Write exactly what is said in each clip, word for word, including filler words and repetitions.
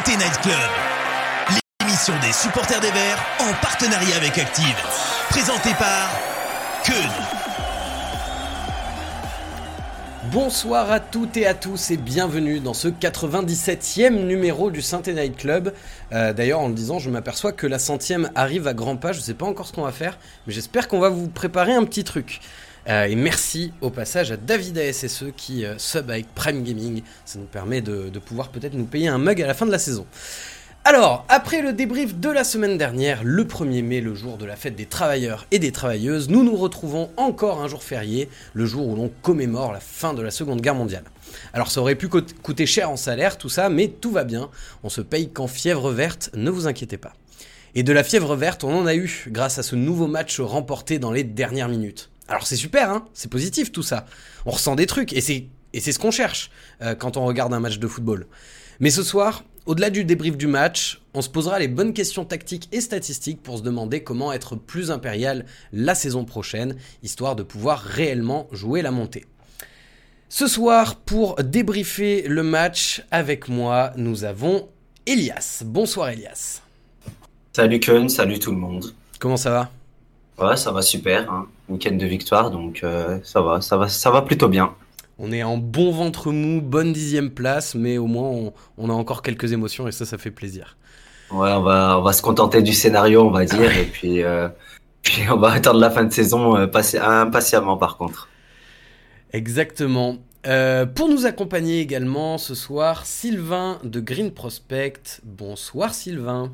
Saint-Étienne Night Club, l'émission des supporters des Verts en partenariat avec Active, présentée par Keun. Bonsoir à toutes et à tous et bienvenue dans ce quatre-vingt-dix-septième numéro du Saint-Étienne Night Club. Euh, d'ailleurs, en le disant, je m'aperçois que la centième arrive à grands pas. Je ne sais pas encore ce qu'on va faire, mais j'espère qu'on va vous préparer un petit truc. Euh, et merci au passage à David A S S E qui euh, sub avec Prime Gaming. Ça nous permet de, de pouvoir peut-être nous payer un mug à la fin de la saison. Alors, après le débrief de la semaine dernière, le premier mai, le jour de la fête des travailleurs et des travailleuses, nous nous retrouvons encore un jour férié, le jour où l'on commémore la fin de la Seconde Guerre mondiale. Alors ça aurait pu co- coûter cher en salaire, tout ça, mais tout va bien, on se paye qu'en fièvre verte, ne vous inquiétez pas. Et de la fièvre verte, on en a eu, grâce à ce nouveau match remporté dans les dernières minutes. Alors c'est super, hein, c'est positif tout ça, on ressent des trucs, et c'est, et c'est ce qu'on cherche euh, quand on regarde un match de football. Mais ce soir, au-delà du débrief du match, on se posera les bonnes questions tactiques et statistiques pour se demander comment être plus impérial la saison prochaine, histoire de pouvoir réellement jouer la montée. Ce soir, pour débriefer le match avec moi, nous avons Elias. Bonsoir Elias. Salut Keun, salut tout le monde. Comment ça va ? Ouais, ça va super, hein. Week-end de victoire, donc euh, ça va, ça va, ça va plutôt bien. On est en bon ventre mou, bonne dixième place, mais au moins on, on a encore quelques émotions et ça, ça fait plaisir. Ouais, on va, on va se contenter du scénario, on va dire, et puis, euh, puis on va attendre la fin de saison euh, passi- impatiemment par contre. Exactement. Euh, pour nous accompagner également ce soir, Sylvain de Green Prospect. Bonsoir Sylvain.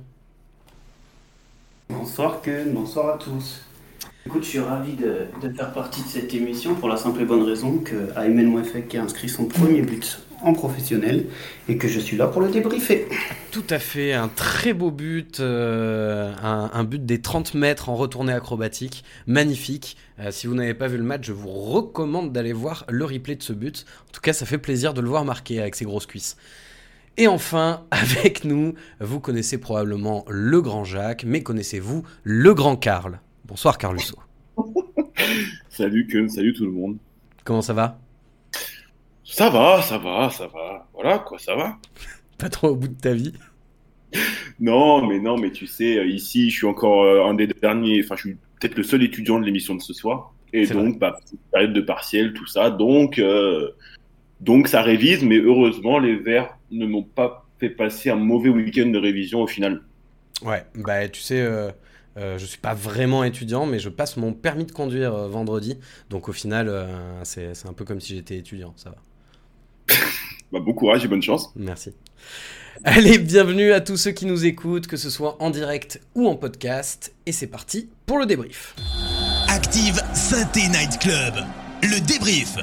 Bonsoir Keun, bonsoir à tous. Écoute, je suis ravi de, de faire partie de cette émission pour la simple et bonne raison que Aymen Mouefek a inscrit son premier but en professionnel et que je suis là pour le débriefer. Tout à fait, un très beau but, euh, un, un but des trente mètres en retournée acrobatique, magnifique. Euh, si vous n'avez pas vu le match, je vous recommande d'aller voir le replay de ce but. En tout cas, ça fait plaisir de le voir marquer avec ses grosses cuisses. Et enfin, avec nous, vous connaissez probablement le grand Jacques, mais connaissez-vous le grand Karl ? Bonsoir Carlusso. Salut Keun, salut tout le monde. Comment ça va ? Ça va, ça va, ça va. Voilà quoi, ça va. Pas trop au bout de ta vie ? Non, mais non, mais tu sais, ici, je suis encore euh, un des derniers, enfin, je suis peut-être le seul étudiant de l'émission de ce soir. Et C'est donc, bah, période de partiel, tout ça. Donc, euh, donc, ça révise, mais heureusement, les Verts ne m'ont pas fait passer un mauvais week-end de révision au final. Ouais, bah tu sais, euh, euh, je suis pas vraiment étudiant, mais je passe mon permis de conduire euh, vendredi. Donc au final, euh, c'est, c'est un peu comme si j'étais étudiant, ça va. Bah, bon courage et bonne chance. Merci. Allez, bienvenue à tous ceux qui nous écoutent, que ce soit en direct ou en podcast. Et c'est parti pour le débrief. Active Saint-Étienne Night Club, le débrief.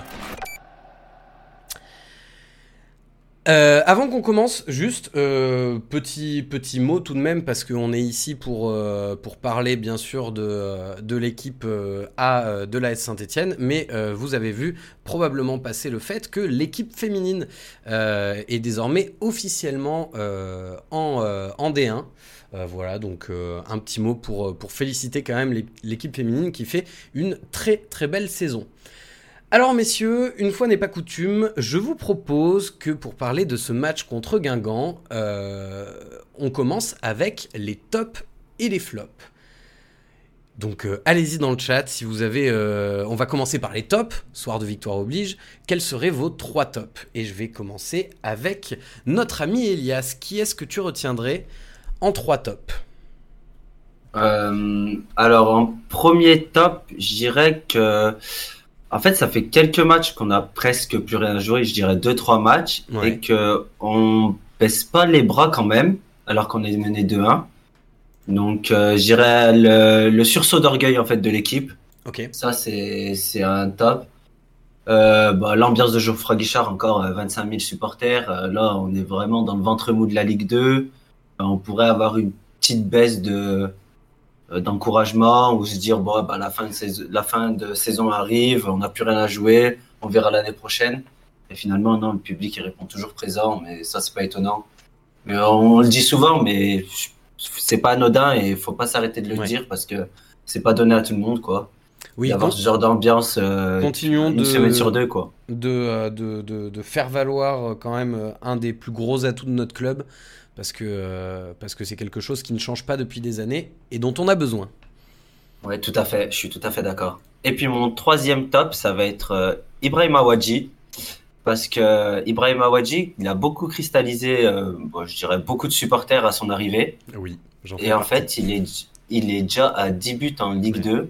Euh, avant qu'on commence, juste euh, petit petit mot tout de même parce qu'on est ici pour euh, pour parler bien sûr de de l'équipe euh, A euh, de l'A S Saint-Étienne, mais euh, vous avez vu probablement passer le fait que l'équipe féminine euh, est désormais officiellement euh, en euh, en D un. Euh, voilà, donc euh, un petit mot pour pour féliciter quand même les, l'équipe féminine qui fait une très très belle saison. Alors messieurs, une fois n'est pas coutume, je vous propose que pour parler de ce match contre Guingamp, euh, on commence avec les tops et les flops. Donc euh, allez-y dans le chat, si vous avez... Euh, on va commencer par les tops, soir de victoire oblige. Quels seraient vos trois tops ? Et je vais commencer avec notre ami Elias. Qui est-ce que tu retiendrais en trois tops ? Euh, alors, en premier top, je dirais que... En fait, ça fait quelques matchs qu'on a presque plus rien joué, je dirais deux, trois matchs, Ouais. et que on baisse pas les bras quand même, alors qu'on est mené deux un. Donc, euh, je dirais le, le sursaut d'orgueil en fait de l'équipe. Ok. Ça, c'est c'est un top. Euh, bah, l'ambiance de Geoffroy Guichard, encore euh, vingt-cinq mille supporters. Euh, là, on est vraiment dans le ventre mou de la Ligue deux. Euh, on pourrait avoir une petite baisse de euh, d'encouragement ou se dire bon, bah, la fin de saison, la fin de saison arrive, on n'a plus rien à jouer, on verra l'année prochaine. Et finalement, non, le public il répond toujours présent, mais ça, c'est pas étonnant. Mais on le dit souvent, mais c'est pas anodin et il faut pas s'arrêter de le Ouais. dire parce que c'est pas donné à tout le monde, quoi. Oui, d'avoir con- ce genre d'ambiance euh, continuons une de, semaine sur deux, quoi. de, euh, de, de, de faire valoir euh, quand même euh, un des plus gros atouts de notre club, parce que, euh, parce que c'est quelque chose qui ne change pas depuis des années et dont on a besoin. Ouais, tout à fait, je suis tout à fait d'accord. Et puis mon troisième top, ça va être euh, Ibrahima Wadji, parce que euh, Ibrahima Wadji, il a beaucoup cristallisé, euh, bon, je dirais beaucoup de supporters à son arrivée. Oui, j'en fais Et en partie. fait, il est, il est déjà à dix buts en Ligue Ouais. deux.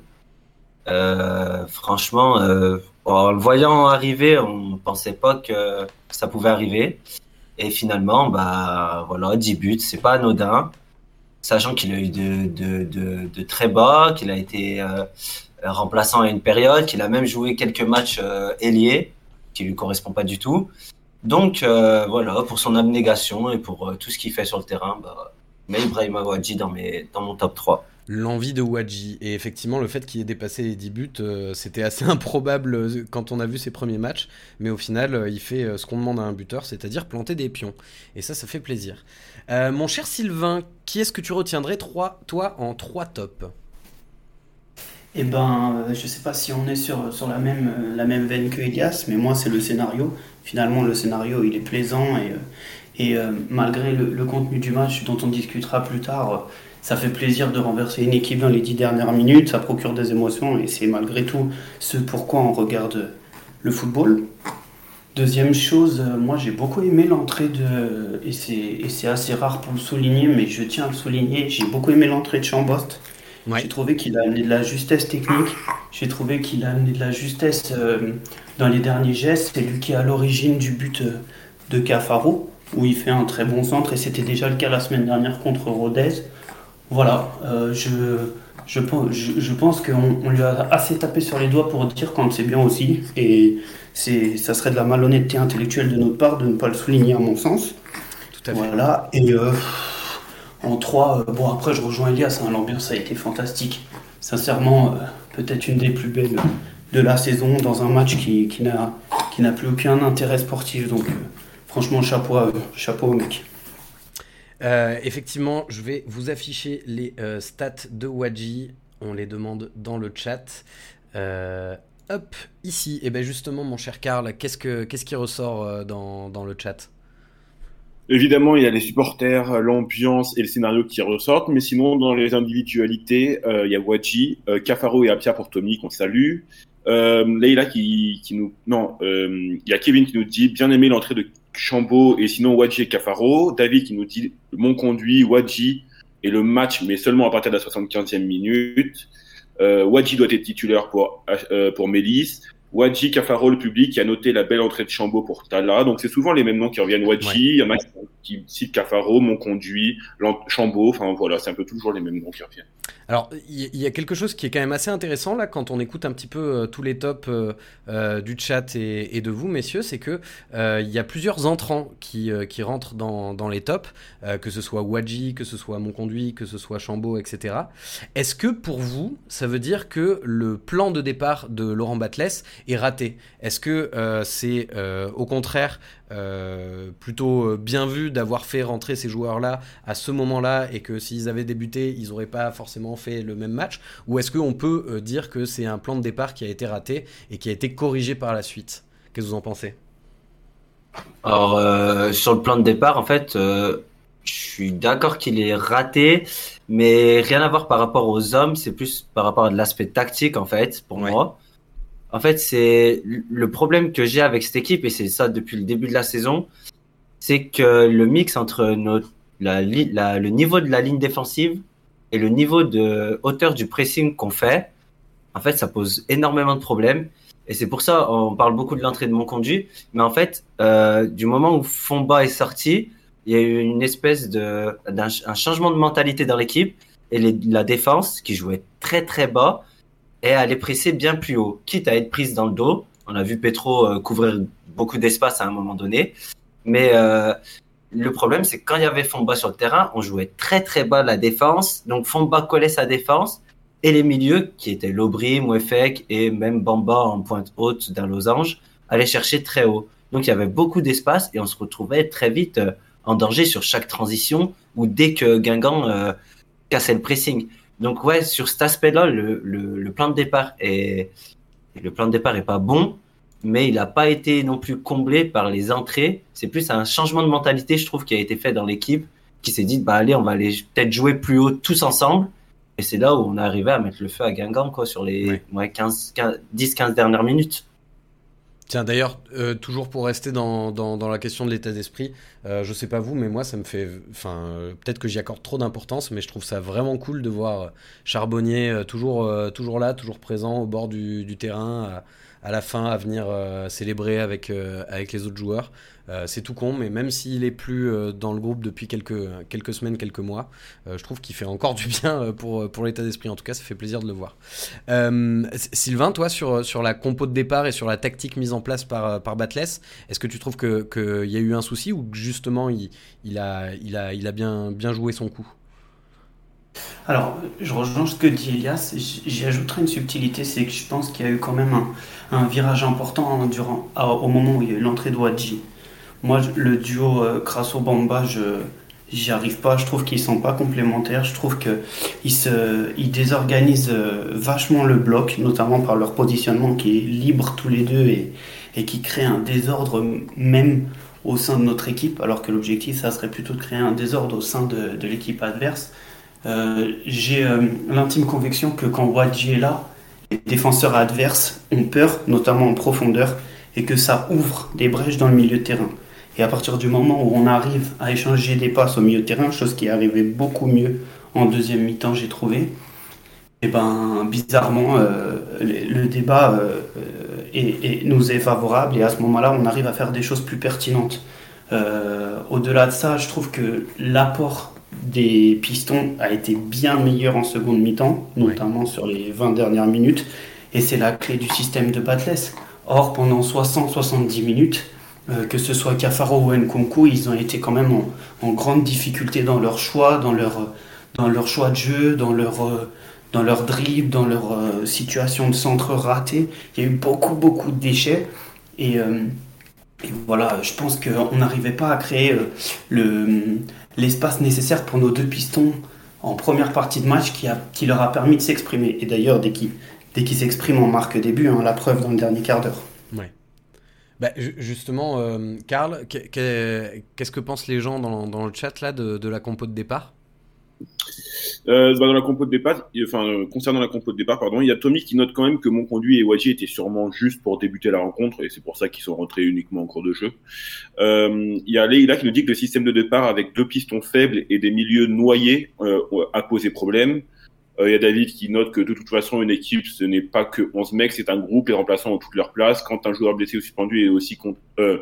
Euh, franchement, euh, en le voyant arriver, on pensait pas que ça pouvait arriver. Et finalement, bah voilà, dix buts, c'est pas anodin. Sachant qu'il a eu de, de, de, de très bas, qu'il a été euh, remplaçant à une période, qu'il a même joué quelques matchs euh, ailier, qui lui correspond pas du tout. Donc euh, voilà, pour son abnégation et pour euh, tout ce qu'il fait sur le terrain, bah, mais Ibrahima Wadji dans, mes, dans mon top trois. L'envie de Wadji. Et effectivement, le fait qu'il ait dépassé les dix buts, euh, c'était assez improbable euh, quand on a vu ses premiers matchs. Mais au final, euh, il fait euh, ce qu'on demande à un buteur, c'est-à-dire planter des pions. Et ça, ça fait plaisir. Euh, mon cher Sylvain, qui est-ce que tu retiendrais, trois, toi, en trois tops? Eh ben, euh, je sais pas si on est sur, sur la même, euh, la même veine que Elias, mais moi, c'est le scénario. Finalement, le scénario, il est plaisant et, euh, et euh, malgré le, le contenu du match dont on discutera plus tard, euh, ça fait plaisir de renverser une équipe dans les dix dernières minutes, ça procure des émotions et c'est malgré tout ce pourquoi on regarde le football. Deuxième chose, euh, moi j'ai beaucoup aimé l'entrée de, et c'est, et c'est assez rare pour le souligner, mais je tiens à le souligner, j'ai beaucoup aimé l'entrée de Chambost. Ouais. J'ai trouvé qu'il a amené de la justesse technique. J'ai trouvé qu'il a amené de la justesse euh, dans les derniers gestes. C'est lui qui est à l'origine du but euh, de Cafaro, où il fait un très bon centre, et c'était déjà le cas la semaine dernière contre Rodez. Voilà, euh, je, je, pense- je, je pense qu'on on lui a assez tapé sur les doigts pour dire quand c'est bien aussi. Et c'est, ça serait de la malhonnêteté intellectuelle de notre part de ne pas le souligner, à mon sens. Tout à fait. Voilà, et euh, en trois, euh, bon après je rejoins Elias, hein, l'ambiance a été fantastique. Sincèrement, euh, peut-être une des plus belles de la saison dans un match qui, qui n'a, qui n'a plus aucun intérêt sportif. Donc euh, franchement, chapeau à eux, chapeau au mec. Euh, effectivement, je vais vous afficher les euh, stats de Wadji. On les demande dans le chat. Euh, hop, ici. Et bien justement, mon cher Karl, qu'est-ce, que, qu'est-ce qui ressort euh, dans, dans le chat? Évidemment, il y a les supporters, l'ambiance et le scénario qui ressortent, mais sinon, dans les individualités, euh, il y a Wadji, euh, Cafaro et Apia pour Tommy, qu'on salue. Euh, Leïla qui, qui nous... Non, euh, il y a Kevin qui nous dit « Bien aimé l'entrée de Chambaud et sinon Wadji et Cafaro ». David qui nous dit « Mon conduit, Wadji et le match, mais seulement à partir de la soixante-quinzième minute. Euh, Wadji doit être titulaire pour, euh, pour Mélis. Wadji, Cafaro, le public qui a noté la belle entrée de Chambaud pour Tala. » Donc c'est souvent les mêmes noms qui reviennent. Wadji, Ouais. il y en a qui, qui citent Cafaro, Mon conduit, Chambaud. Enfin voilà, c'est un peu toujours les mêmes noms qui reviennent. Alors, il y, y a quelque chose qui est quand même assez intéressant là, quand on écoute un petit peu euh, tous les tops euh, euh, du chat et, et de vous, messieurs, c'est que euh, il y a plusieurs entrants qui, euh, qui rentrent dans, dans les tops, euh, que ce soit Wadji, que ce soit Mon Conduit, que ce soit Chambaud, et cetera. Est-ce que pour vous, ça veut dire que le plan de départ de Laurent Batles est raté? Est-ce que euh, c'est euh, au contraire euh, plutôt bien vu d'avoir fait rentrer ces joueurs-là à ce moment-là et que s'ils avaient débuté, ils n'auraient pas forcément fait le même match? Ou est-ce qu'on peut euh, dire que c'est un plan de départ qui a été raté et qui a été corrigé par la suite? Qu'est-ce que vous en pensez? Alors, euh, sur le plan de départ, en fait, euh, je suis d'accord qu'il est raté, mais rien à voir par rapport aux hommes, c'est plus par rapport à de l'aspect tactique, en fait, pour Ouais. moi. En fait, c'est le problème que j'ai avec cette équipe, et c'est ça depuis le début de la saison, c'est que le mix entre notre, la, li- la- le niveau de la ligne défensive et le niveau de hauteur du pressing qu'on fait, en fait, ça pose énormément de problèmes. Et c'est pour ça, on parle beaucoup de l'entrée de Mon conduit, mais en fait, euh, du moment où Fomba est sorti, il y a eu une espèce de, d'un un changement de mentalité dans l'équipe, et les- la défense, qui jouait très très bas, est allée presser bien plus haut, quitte à être prise dans le dos. On a vu Petro euh, couvrir beaucoup d'espace à un moment donné, mais euh, le problème, c'est que quand il y avait Fomba sur le terrain, on jouait très très bas la défense, donc Fomba collait sa défense, et les milieux, qui étaient Lobry, Mouefek et même Bamba en pointe haute d'un losange, allaient chercher très haut. Donc il y avait beaucoup d'espace et on se retrouvait très vite euh, en danger sur chaque transition ou dès que Guingamp euh, cassait le pressing. Donc ouais, sur cet aspect-là, le, le, le plan de départ est le plan de départ est pas bon, mais il n'a pas été non plus comblé par les entrées. C'est plus un changement de mentalité, je trouve, qui a été fait dans l'équipe, qui s'est dit bah allez, on va aller peut-être jouer plus haut tous ensemble. Et c'est là où on est arrivé à mettre le feu à Guingamp, quoi, sur les ouais. Ouais, quinze, quinze, dix quinze dernières minutes. Tiens, d'ailleurs, euh, toujours pour rester dans, dans, dans la question de l'état d'esprit, euh, je sais pas vous, mais moi, ça me fait... Enfin, euh, peut-être que j'y accorde trop d'importance, mais je trouve ça vraiment cool de voir Charbonnier euh, toujours, euh, toujours là, toujours présent au bord du, du terrain, à, à la fin, à venir euh, célébrer avec, euh, avec les autres joueurs. Euh, c'est tout con, mais même s'il est plus euh, dans le groupe depuis quelques, quelques semaines, quelques mois, euh, je trouve qu'il fait encore du bien pour, pour l'état d'esprit. En tout cas, ça fait plaisir de le voir. Euh, Sylvain, toi, sur, sur la compo de départ et sur la tactique mise en place par, par Batles, est-ce que tu trouves qu'il que y a eu un souci ou que justement il, il, a, il, a, il a bien, bien joué son coup? Alors, je rejoins ce que dit Elias, j'y ajouterai une subtilité, c'est que je pense qu'il y a eu quand même un, un virage important durant, au moment où il y a eu l'entrée de Wadji. Moi, le duo euh, Crasso-Bamba, je j'y arrive pas. Je trouve qu'ils sont pas complémentaires. Je trouve qu'ils se, ils désorganisent euh, vachement le bloc, notamment par leur positionnement qui est libre tous les deux et, et qui crée un désordre même au sein de notre équipe, alors que l'objectif, ça serait plutôt de créer un désordre au sein de, de l'équipe adverse. Euh, j'ai euh, l'intime conviction que quand Wadji est là, les défenseurs adverses ont peur, notamment en profondeur, et que ça ouvre des brèches dans le milieu de terrain. Et à partir du moment où on arrive à échanger des passes au milieu de terrain, chose qui est arrivée beaucoup mieux en deuxième mi-temps, j'ai trouvé, et ben bizarrement, euh, le, le débat euh, est, est, nous est favorable, et à ce moment-là, on arrive à faire des choses plus pertinentes. Euh, au-delà de ça, je trouve que l'apport des Pistons a été bien meilleur en seconde mi-temps, notamment oui. sur les vingt dernières minutes, et c'est la clé du système de Batles. Or, pendant soixante à soixante-dix minutes, Euh, que ce soit Cafaro ou Nkunku, ils ont été quand même en, en grande difficulté dans leur choix, dans leur, dans leur choix de jeu, dans leur, euh, dans leur dribble, dans leur euh, situation de centre raté. Il y a eu beaucoup, beaucoup de déchets. Et, euh, et voilà, je pense qu'on n'arrivait pas à créer euh, le, l'espace nécessaire pour nos deux pistons en première partie de match qui, a, qui leur a permis de s'exprimer. Et d'ailleurs, dès qu'ils, dès qu'ils s'expriment, on marque des buts, hein, la preuve dans le dernier quart d'heure. Ouais. Bah, justement, euh, Karl, qu'est-ce que pensent les gens dans, dans le chat là, de, de la compo de départ? euh, bah, Dans la compo de départ, enfin, euh, concernant la compo de départ, pardon, il y a Tommy qui note quand même que Monconduit et Wadji étaient sûrement juste pour débuter la rencontre, et c'est pour ça qu'ils sont rentrés uniquement en cours de jeu. Euh, il y a Leïla qui nous dit que le système de départ avec deux pistons faibles et des milieux noyés euh, a posé problème. Il euh, y a David qui note que de toute façon, une équipe, ce n'est pas que onze mecs, c'est un groupe, les remplaçants ont toutes leurs places. Quand un joueur blessé ou suspendu est aussi... Con- euh...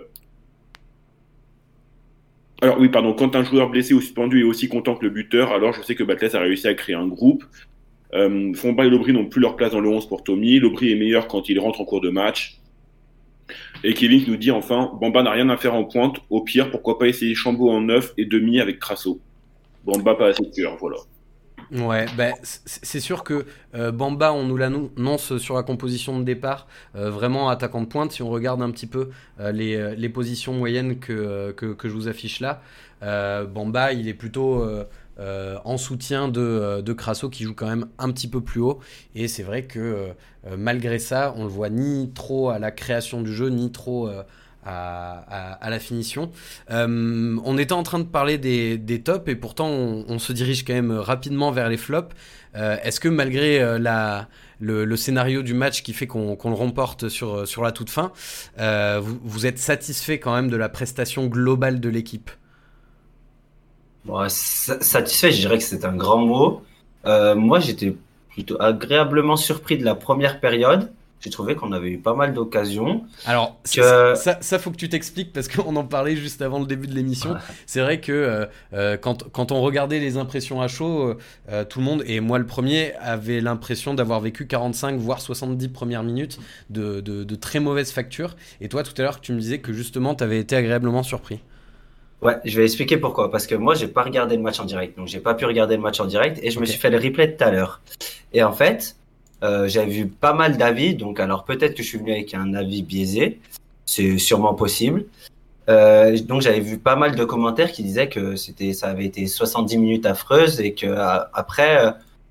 Alors oui, pardon, quand un joueur blessé ou suspendu est aussi content que le buteur, alors je sais que Batles a réussi à créer un groupe. Euh, Fomba et Lobry n'ont plus leur place dans le onze pour Tommy. Lobry est meilleur quand il rentre en cours de match. Et Kevin nous dit enfin, Bamba n'a rien à faire en pointe. Au pire, pourquoi pas essayer Chambaud en neuf et demi avec Crasso. Bamba pas assez de cœur, voilà. Ouais, bah, c'est sûr que euh, Bamba, on nous l'annonce sur la composition de départ, euh, vraiment attaquant de pointe. Si on regarde un petit peu euh, les, les positions moyennes que, que, que je vous affiche là, euh, Bamba, il est plutôt euh, euh, en soutien de, de Crasso qui joue quand même un petit peu plus haut. Et c'est vrai que euh, malgré ça, on le voit ni trop à la création du jeu, ni trop... Euh, À, à, à la finition. Euh, on était en train de parler des, des tops et pourtant on, on se dirige quand même rapidement vers les flops. Euh, est-ce que malgré euh, la, le, le scénario du match qui fait qu'on, qu'on le remporte sur, sur la toute fin, euh, vous, vous êtes satisfait quand même de la prestation globale de l'équipe? Bon, satisfait, je dirais que c'est un grand mot. Euh, moi, j'étais plutôt agréablement surpris de la première période. J'ai trouvé qu'on avait eu pas mal d'occasions. Alors, que... ça, ça, faut que tu t'expliques parce qu'on en parlait juste avant le début de l'émission. Ouais. C'est vrai que euh, quand, quand on regardait les impressions à chaud, euh, tout le monde, et moi le premier, avait l'impression d'avoir vécu quarante-cinq voire soixante-dix premières minutes de, de, de très mauvaise facture. Et toi, tout à l'heure, tu me disais que justement, tu avais été agréablement surpris. Ouais, je vais expliquer pourquoi. Parce que moi, j'ai pas regardé le match en direct. Donc, j'ai pas pu regarder le match en direct et je okay. me suis fait le replay tout à l'heure. Et en fait... Euh, j'avais vu pas mal d'avis, donc alors peut-être que je suis venu avec un avis biaisé, c'est sûrement possible. Euh, donc j'avais vu pas mal de commentaires qui disaient que c'était, ça avait été soixante-dix minutes affreuses et que euh, après,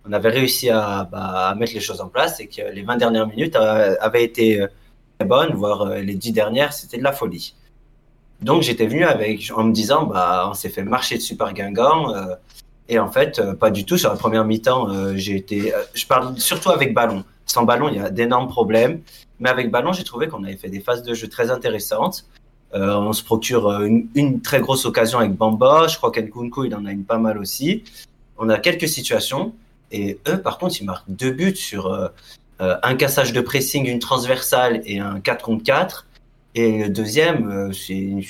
on avait réussi à, bah, à mettre les choses en place et que les vingt dernières minutes euh, avaient été très bonnes, voire euh, les dix dernières, c'était de la folie. Donc j'étais venu avec, en me disant, bah, on s'est fait marcher dessus par Guingamp. Euh, et en fait, euh, pas du tout. Sur la première mi-temps, euh, j'ai été, euh, je parle surtout avec ballon. Sans ballon, il y a d'énormes problèmes. Mais avec ballon, j'ai trouvé qu'on avait fait des phases de jeu très intéressantes. Euh, on se procure une, une très grosse occasion avec Bamba. Je crois qu'Nkunku, il en a une pas mal aussi. On a quelques situations. Et eux, par contre, ils marquent deux buts sur euh, euh, un cassage de pressing, une transversale et un quatre contre quatre. Et le deuxième, euh, c'est,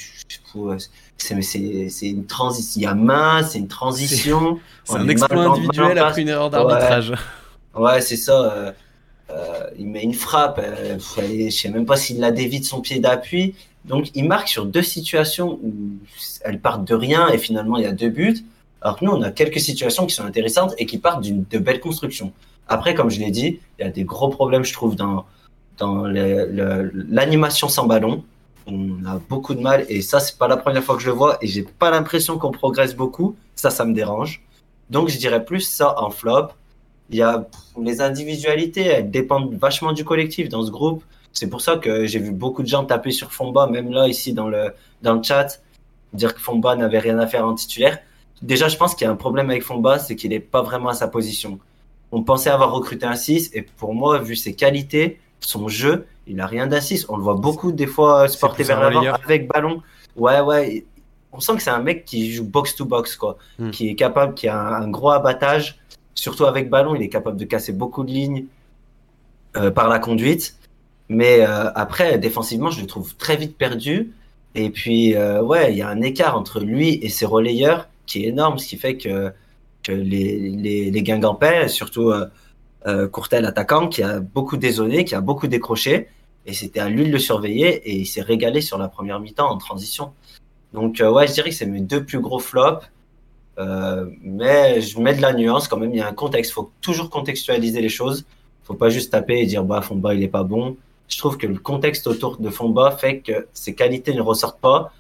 c'est, c'est, c'est une transition. Il y a main, c'est une transition. C'est, c'est un exploit individuel après une erreur d'arbitrage. Ouais, ouais c'est ça. Euh, euh, il met une frappe. Euh, je sais même pas s'il la dévie de son pied d'appui. Donc, il marque sur deux situations où elles partent de rien et finalement, il y a deux buts. Alors que nous, on a quelques situations qui sont intéressantes et qui partent d'une, de belles constructions. Après, comme je l'ai dit, il y a des gros problèmes, je trouve, dans, dans le, le, l'animation sans ballon. On a beaucoup de mal et ça, c'est pas la première fois que je le vois et j'ai pas l'impression qu'on progresse beaucoup. Ça, ça me dérange. Donc, je dirais plus ça en flop. Il y a les individualités, elles dépendent vachement du collectif dans ce groupe. C'est pour ça que j'ai vu beaucoup de gens taper sur Fomba, même là, ici, dans le, dans le chat, dire que Fomba n'avait rien à faire en titulaire. Déjà, je pense qu'il y a un problème avec Fomba, c'est qu'il n'est pas vraiment à sa position. On pensait avoir recruté un six, et pour moi, vu ses qualités, son jeu, il n'a rien d'un six. On le voit beaucoup, des fois, se porter vers l'avant avec ballon. Ouais, ouais. On sent que c'est un mec qui joue box-to-box, quoi. Mm. Qui est capable, qui a un, un gros abattage. Surtout avec ballon, il est capable de casser beaucoup de lignes euh, par la conduite. Mais euh, après, défensivement, je le trouve très vite perdu. Et puis, euh, ouais, il y a un écart entre lui et ses relayeurs qui est énorme, ce qui fait que, que les, les, les Guingampais, surtout euh, euh, Courtel attaquant, qui a beaucoup dézonné, qui a beaucoup décroché, et c'était à lui de le surveiller, et il s'est régalé sur la première mi-temps en transition. Donc euh, ouais, je dirais que c'est mes deux plus gros flops, euh, mais je mets de la nuance quand même, il y a un contexte, il faut toujours contextualiser les choses, il ne faut pas juste taper et dire bah Fomba il est pas bon. Je trouve que le contexte autour de Fomba fait que ses qualités ne ressortent pas,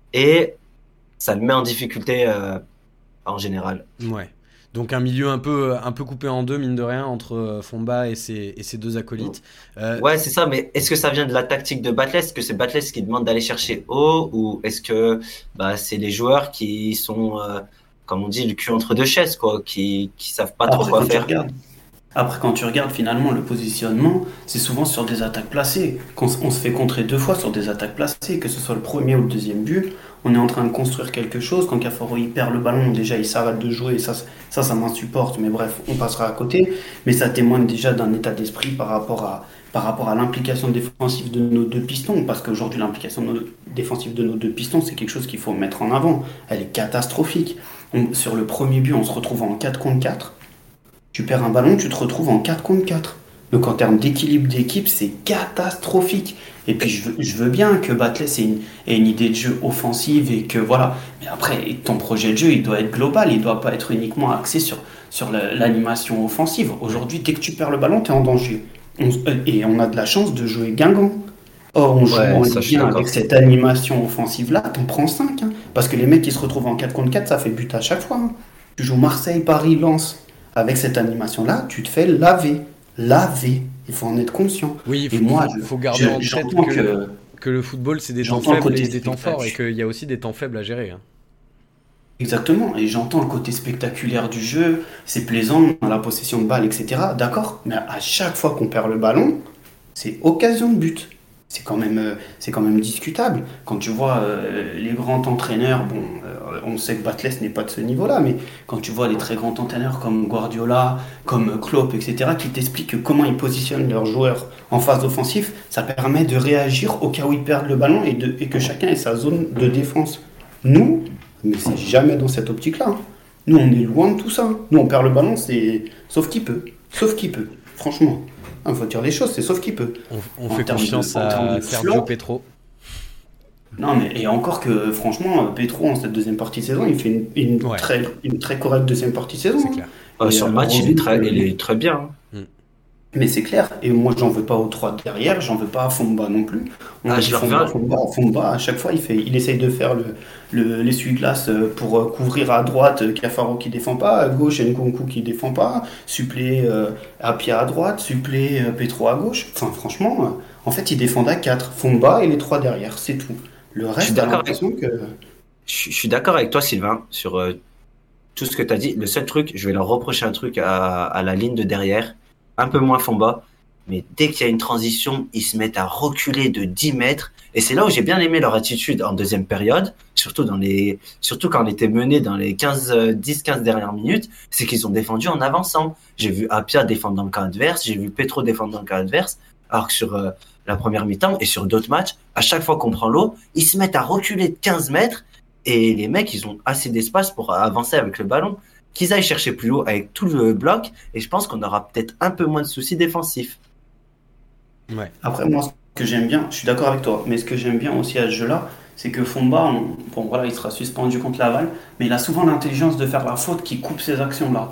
et ça le met en difficulté euh, en général. Ouais. Donc un milieu un peu, un peu coupé en deux, mine de rien, entre Fomba et ses, et ses deux acolytes. Euh... Ouais, c'est ça, mais est-ce que ça vient de la tactique de Batles ? Est-ce que c'est Batles qui demande d'aller chercher haut ? Ou est-ce que bah, c'est les joueurs qui sont, euh, comme on dit, le cul entre deux chaises, quoi, qui ne savent pas trop quoi faire ? Après, quand tu regardes finalement le positionnement, c'est souvent sur des attaques placées. Quand on se fait contrer deux fois sur des attaques placées, que ce soit le premier ou le deuxième but, on est en train de construire quelque chose. Quand Cafaro il perd le ballon, déjà il s'arrête de jouer, ça, ça, ça m'insupporte. Mais bref, on passera à côté. Mais ça témoigne déjà d'un état d'esprit par rapport à, par rapport à l'implication défensive de nos deux pistons. Parce qu'aujourd'hui, l'implication de nos, défensive de nos deux pistons, c'est quelque chose qu'il faut mettre en avant. Elle est catastrophique. On, sur le premier but, on se retrouve en quatre contre quatre. Tu perds un ballon, tu te retrouves en quatre contre quatre. Donc en termes d'équilibre d'équipe, c'est catastrophique. Et puis je veux, je veux bien que Batles ait une, ait une idée de jeu offensive et que voilà. Mais après, ton projet de jeu, il doit être global. Il ne doit pas être uniquement axé sur, sur la, l'animation offensive. Aujourd'hui, dès que tu perds le ballon, tu es en danger. On, et on a de la chance de jouer Guingamp. Or, on joue ouais, en Ligue un avec cette animation offensive-là, t'en prends cinq. Hein, parce que les mecs qui se retrouvent en quatre contre quatre, ça fait but à chaque fois. Hein. Tu joues Marseille, Paris, Lens. Avec cette animation-là, tu te fais laver. Laver. Il faut en être conscient. Oui, il faut, moi, je, faut garder je, en tête que, que, que le football, c'est des temps faibles et des temps forts, et qu'il y a aussi des temps faibles à gérer. Hein. Exactement. Et j'entends le côté spectaculaire du jeu. C'est plaisant, dans la possession de balle, et cetera. D'accord. Mais à chaque fois qu'on perd le ballon, c'est occasion de but. C'est quand même, euh, c'est quand même discutable. Quand tu vois euh, les grands entraîneurs, bon, euh, on sait que Batles n'est pas de ce niveau-là, mais quand tu vois les très grands entraîneurs comme Guardiola, comme Klopp, et cetera, qui t'expliquent comment ils positionnent leurs joueurs en phase offensive, ça permet de réagir au cas où ils perdent le ballon et, de, et que chacun ait sa zone de défense. Nous, mais c'est jamais dans cette optique-là. Hein. Nous, on est loin de tout ça. Nous, on perd le ballon, c'est sauf qui peut. Sauf qui peut, franchement. Il faut dire les choses, c'est sauf qui peut. On, on fait confiance de, à Sergio flop, Petro. Non, mais et encore que, franchement, Petro, en cette deuxième partie de saison, il fait une, une, ouais. très, une très correcte deuxième partie de saison. C'est clair. Euh, sur le match, il est, très, il est très bien. Mm. Mais c'est clair, et moi j'en veux pas aux trois derrière, j'en veux pas à Fomba non plus. On Ah, dit je le Fomba, reviens. Fomba, Fomba, à chaque fois il fait, il essaye de faire le, le, l'essuie-glace euh, pour euh, couvrir à droite euh, Cafaro qui défend pas, à gauche Nkunku qui défend pas, suppléer euh, Apia à droite, suppléer euh, Petro à gauche. Enfin franchement, euh, en fait ils défendent à quatre, Fomba et les trois derrière, c'est tout. Le Je suis reste, t'as d'accord avec, l'impression que... je, je suis d'accord avec toi, Sylvain, sur euh, tout ce que tu as dit. Le seul truc, je vais leur reprocher un truc à, à la ligne de derrière, un peu moins Fomba, mais dès qu'il y a une transition, ils se mettent à reculer de dix mètres. Et c'est là où j'ai bien aimé leur attitude en deuxième période, surtout, dans les, surtout quand on était mené dans les quinze, dix quinze dernières minutes, c'est qu'ils ont défendu en avançant. J'ai vu Apia défendre dans le camp adverse, j'ai vu Petro défendre dans le camp adverse, alors que sur euh, la première mi-temps et sur d'autres matchs, à chaque fois qu'on prend l'eau, ils se mettent à reculer de quinze mètres et les mecs, ils ont assez d'espace pour avancer avec le ballon. Qu'ils aillent chercher plus haut avec tout le bloc, et je pense qu'on aura peut-être un peu moins de soucis défensifs. Ouais. Après, moi, ce que j'aime bien, je suis d'accord avec toi, mais ce que j'aime bien aussi à ce jeu-là, c'est que Fomba, on- bon voilà, il sera suspendu contre Laval, mais il a souvent l'intelligence de faire la faute qui coupe ces actions-là.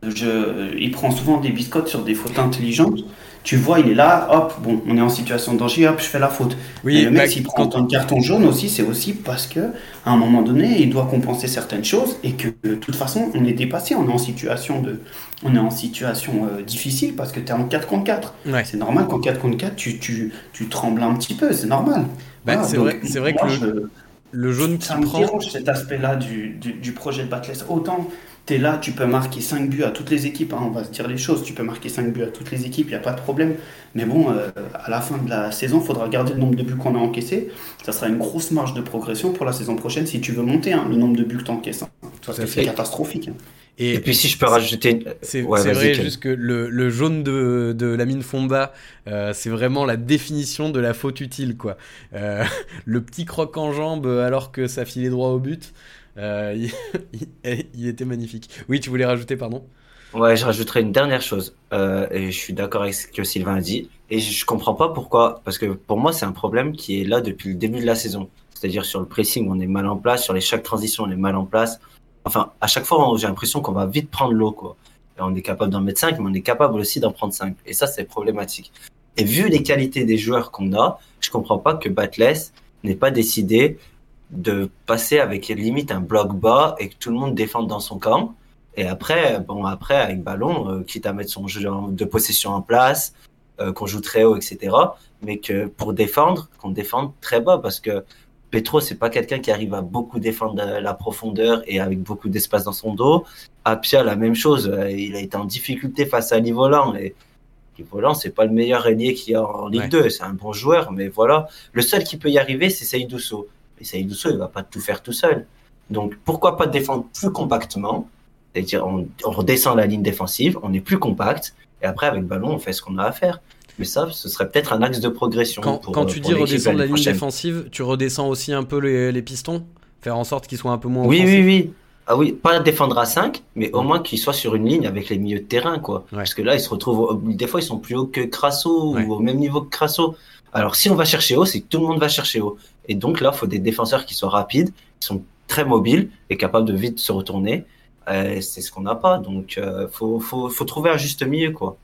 Je, il prend souvent des biscottes sur des fautes intelligentes. Tu vois, il est là, hop, bon, on est en situation de danger, hop, je fais la faute. Mais Oui, le bah, mec, s'il prend quand, autant de cartons jaunes aussi, c'est aussi parce que à un moment donné, il doit compenser certaines choses et que de toute façon, on est dépassé, on est en situation de, on est en situation euh, difficile parce que tu es en quatre contre quatre. ouais. C'est normal qu'en quatre contre quatre, tu, tu, tu trembles un petit peu, c'est normal. Bah, Voilà, c'est donc vrai, c'est vrai que moi, le, je, le jaune ça qui me prend. dérange cet aspect-là du, du, du projet de Batless. Autant tu es là, tu peux marquer cinq buts à toutes les équipes, hein, on va se dire les choses, tu peux marquer cinq buts à toutes les équipes, il n'y a pas de problème. Mais bon, euh, à la fin de la saison, il faudra regarder le nombre de buts qu'on a encaissés. Ça sera une grosse marge de progression pour la saison prochaine si tu veux monter hein, le nombre de buts que tu encaisses. Hein, parce Tout à que c'est fait. catastrophique. Hein. Et Et puis si je peux c'est rajouter une... c'est- Ouais, c'est vas-y, vrai Ken. juste que le, le jaune de, de Lamine Fomba, euh, c'est vraiment la définition de la faute utile, quoi. Euh, le petit croc en jambe alors que ça filait droit au but, euh, il, il- il était magnifique. Oui, tu voulais rajouter, pardon? Ouais, je rajouterai une dernière chose. Euh, et je suis d'accord avec ce que Sylvain a dit. Et je comprends pas pourquoi. Parce que pour moi, c'est un problème qui est là depuis le début de la saison. C'est-à-dire sur le pressing, on est mal en place. Sur les chaque transition, on est mal en place. Enfin, à chaque fois, on- j'ai l'impression qu'on va vite prendre l'eau, quoi. Et on est capable d'en mettre cinq, mais on est capable aussi d'en prendre cinq. Et ça, c'est problématique. Et vu les qualités des joueurs qu'on a, je comprends pas que Batless n'ait pas décidé de passer avec limite un bloc bas et que tout le monde défende dans son camp. Et après, bon, après, avec ballon, euh, quitte à mettre son jeu en- de possession en place, euh, qu'on joue très haut, et cetera. Mais que pour défendre, qu'on défende très bas, parce que Petro, c'est pas quelqu'un qui arrive à beaucoup défendre la, la profondeur et avec beaucoup d'espace dans son dos. Apia, la même chose. euh, Il a été en difficulté face à Livolan. Et Livolan, c'est pas le meilleur ailier qu'il y a en Ligue Ouais. deux. C'est un bon joueur, mais voilà. Le seul qui peut y arriver, c'est Seydou Sow. Et Seydou Sow, il va pas tout faire tout seul. Donc, pourquoi pas défendre plus compactement? C'est-à-dire, on, on redescend la ligne défensive, on est plus compact, et après, avec ballon, on fait ce qu'on a à faire. Mais ça, ce serait peut-être un axe de progression Quand, pour, quand euh, tu pour dis l'équipe redescendre la l'année ligne prochaine. défensive, tu redescends aussi un peu les, les pistons? Faire en sorte qu'ils soient un peu moins Oui, offensifs? oui, oui. Ah oui, pas défendre à cinq, mais au Mm. moins qu'ils soient sur une ligne avec les milieux de terrain, quoi. Ouais. Parce que là, ils se retrouvent, au- des fois, ils sont plus hauts que Crasso Ouais. ou au même niveau que Crasso. Alors, si on va chercher haut, c'est que tout le monde va chercher haut. Et donc là, il faut des défenseurs qui soient rapides, qui sont très mobiles et capables de vite se retourner. Euh, c'est ce qu'on n'a pas. Donc, euh, faut, faut, faut trouver un juste milieu, quoi.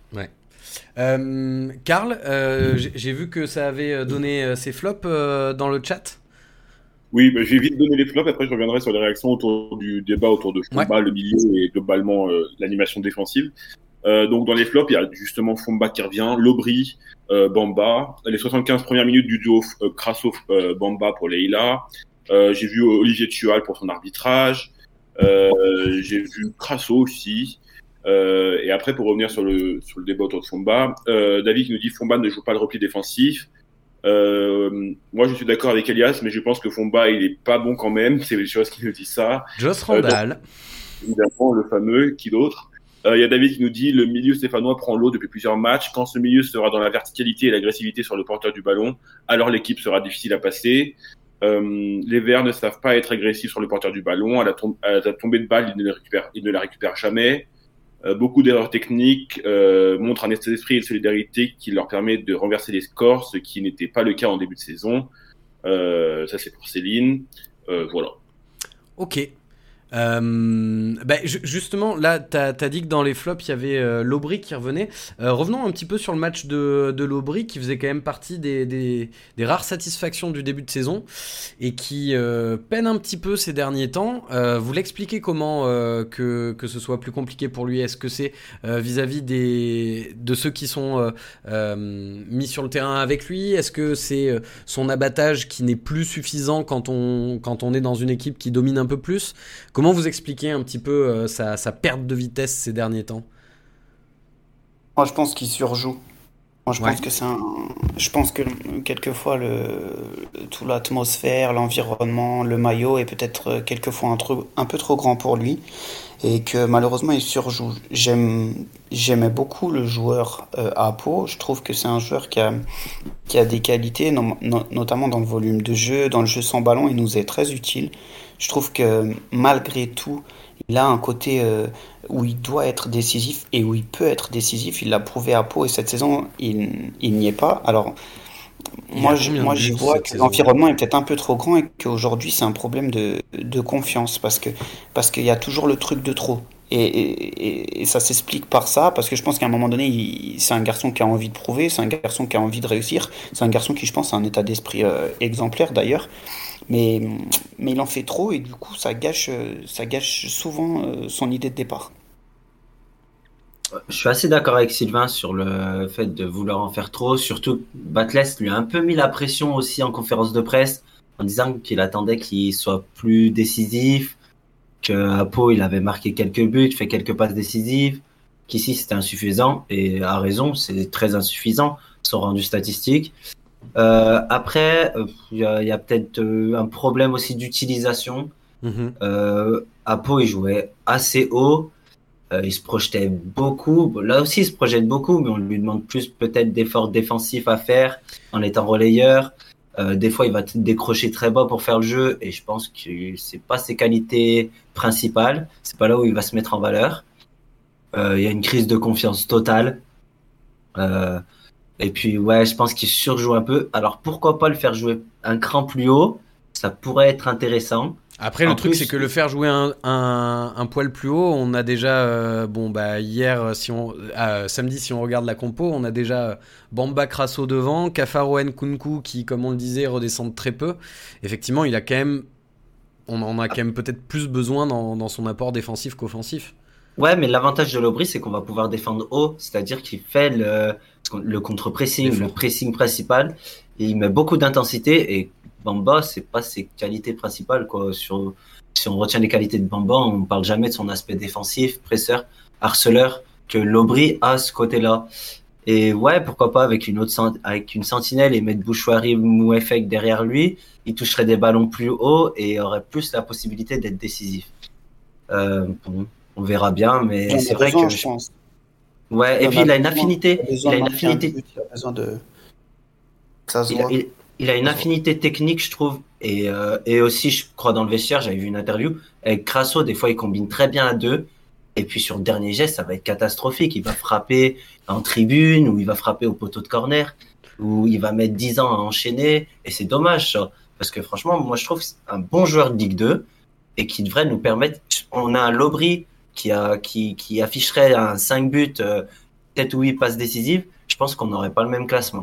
Euh, Karl, euh, j'ai j'ai vu que ça avait donné euh, ses flops euh, dans le chat. Oui, bah, je vais vite donner les flops, après je reviendrai sur les réactions autour du débat autour de Fomba, Ouais. le milieu et globalement euh, l'animation défensive. Euh, donc dans les flops, il y a justement Fomba qui revient, Lobry, euh, Bamba, les soixante-quinze premières minutes du duo euh, Crasso-Bamba pour Leila. Euh, j'ai vu Olivier Thual pour son arbitrage. Euh, j'ai vu Crasso aussi. Euh, et après, pour revenir sur le, sur le débat autour de Fomba, euh, David qui nous dit Fomba ne joue pas le repli défensif. Euh, moi, je suis d'accord avec Elias, mais je pense que Fomba, il est pas bon quand même. C'est les choses qui nous dit ça. Joss Euh, Randall. Évidemment, le fameux, qui d'autre? Il euh, y a David qui nous dit le milieu stéphanois prend l'eau depuis plusieurs matchs. Quand ce milieu sera dans la verticalité et l'agressivité sur le porteur du ballon, alors l'équipe sera difficile à passer. Euh, les Verts ne savent pas être agressifs sur le porteur du ballon. À la, tom- à la tombée de balle, ils ne, le récupèrent, ils ne la récupèrent jamais. Euh, beaucoup d'erreurs techniques euh, montrent un état d'esprit et de solidarité qui leur permet de renverser les scores, ce qui n'était pas le cas en début de saison. Euh, ça, c'est pour Céline. Euh, voilà. Ok. Euh, bah, ju- justement, là, t'as as dit que dans les flops, il y avait euh, l'Aubry qui revenait. Euh, revenons un petit peu sur le match de, de l'Aubry, qui faisait quand même partie des, des, des rares satisfactions du début de saison et qui euh, peine un petit peu ces derniers temps. Euh, vous l'expliquez comment euh, que, que ce soit plus compliqué pour lui? Est-ce que c'est euh, vis-à-vis des, de ceux qui sont euh, euh, mis sur le terrain avec lui? Est-ce que c'est euh, son abattage qui n'est plus suffisant quand on, quand on est dans une équipe qui domine un peu plus? Comment vous expliquez un petit peu euh, sa, sa perte de vitesse ces derniers temps? Moi, je pense qu'il surjoue. Moi, je Ouais. pense que c'est un... Je pense que quelquefois, le... toute l'atmosphère, l'environnement, le maillot est peut-être euh, quelquefois un, tru- un peu trop grand pour lui et que malheureusement, il surjoue. J'aime... J'aimais beaucoup le joueur euh, à Pau. Je trouve que c'est un joueur qui a, qui a des qualités, no- no- notamment dans le volume de jeu, dans le jeu sans ballon. Il nous est très utile. Je trouve que malgré tout, il a un côté euh, où il doit être décisif et où il peut être décisif. Il l'a prouvé à Pau et cette saison, il, il n'y est pas. Alors, Il a moi, je, combien de moi, j'y buts vois cette que saison? l'environnement est peut-être un peu trop grand et qu'aujourd'hui, c'est un problème de, de confiance parce que, parce qu'il y a toujours le truc de trop. Et, et, et- et ça s'explique par ça, parce que je pense qu'à un moment donné, il- c'est un garçon qui a envie de prouver, c'est un garçon qui a envie de réussir, c'est un garçon qui, je pense, a un état d'esprit euh, exemplaire d'ailleurs. Mais, mais il en fait trop et du coup, ça gâche, euh, ça gâche souvent euh, son idée de départ. Je suis assez d'accord avec Sylvain sur le fait de vouloir en faire trop. Surtout, que Batles lui a un peu mis la pression aussi en conférence de presse en disant qu'il attendait qu'il soit plus décisif, qu'à Pau il avait marqué quelques buts, fait quelques passes décisives, qu'ici c'était insuffisant et à raison, c'est très insuffisant son rendu statistique. Euh, après, euh, il y a, il y a peut-être euh, un problème aussi d'utilisation. Mhm. Euh, à Pau il jouait assez haut. Euh, il se projetait beaucoup. Bon, là aussi, il se projette beaucoup, mais on lui demande plus peut-être d'efforts défensifs à faire en étant relayeur. Euh, des fois, il va t- décrocher très bas pour faire le jeu, et je pense que c'est pas ses qualités principales. C'est pas là où il va se mettre en valeur. Euh, il y a une crise de confiance totale. Euh, et puis, ouais, je pense qu'il surjoue un peu. Alors, pourquoi pas le faire jouer un cran plus haut? Ça pourrait être intéressant. Après, le En truc, c'est plus, que le faire jouer un, un, un poil plus haut, on a déjà, euh, bon, bah, hier, si on, euh, samedi, si on regarde la compo, on a déjà Bamba Crasso devant, Cafaro Nkunku qui, comme on le disait, redescendent très peu. Effectivement, il a quand même, on en a quand même peut-être plus besoin dans, dans son apport défensif qu'offensif. ouais, mais l'avantage de l'Aubry, c'est qu'on va pouvoir défendre haut, c'est-à-dire qu'il fait le, le contre-pressing, le L'effort. pressing principal, et il met beaucoup d'intensité, et Bamba, c'est pas ses qualités principales, quoi. Sur, si on retient les qualités de Bamba, on parle jamais de son aspect défensif, presseur, harceleur, que l'Aubry a ce côté-là. Et ouais, pourquoi pas avec une autre, cent- avec une sentinelle et mettre Bouchouari ou Mouefek derrière lui, il toucherait des ballons plus haut et aurait plus la possibilité d'être décisif. Euh, bon, on verra bien, Il mais en c'est a vrai besoin, que je je- pense. ouais. Il Et en puis a il a une besoin. Il affinité, a besoin il a de une marquer un affinité, but, il a besoin de que ça se il a, voit. il, il a une Ça se voit. affinité technique, je trouve, et euh, et aussi, je crois dans le vestiaire, j'avais vu une interview avec Crasso. Des fois, il combine très bien à deux, et puis sur le dernier geste, ça va être catastrophique. Il va frapper en tribune, ou il va frapper au poteau de corner, ou il va mettre dix ans à enchaîner, et c'est dommage ça, parce que franchement, moi, je trouve que c'est un bon joueur de Ligue deux et qui devrait nous permettre. On a un Lobry qui a qui qui afficherait un cinq buts, euh, peut-être ou huit passes décisives. Je pense qu'on n'aurait pas le même classement.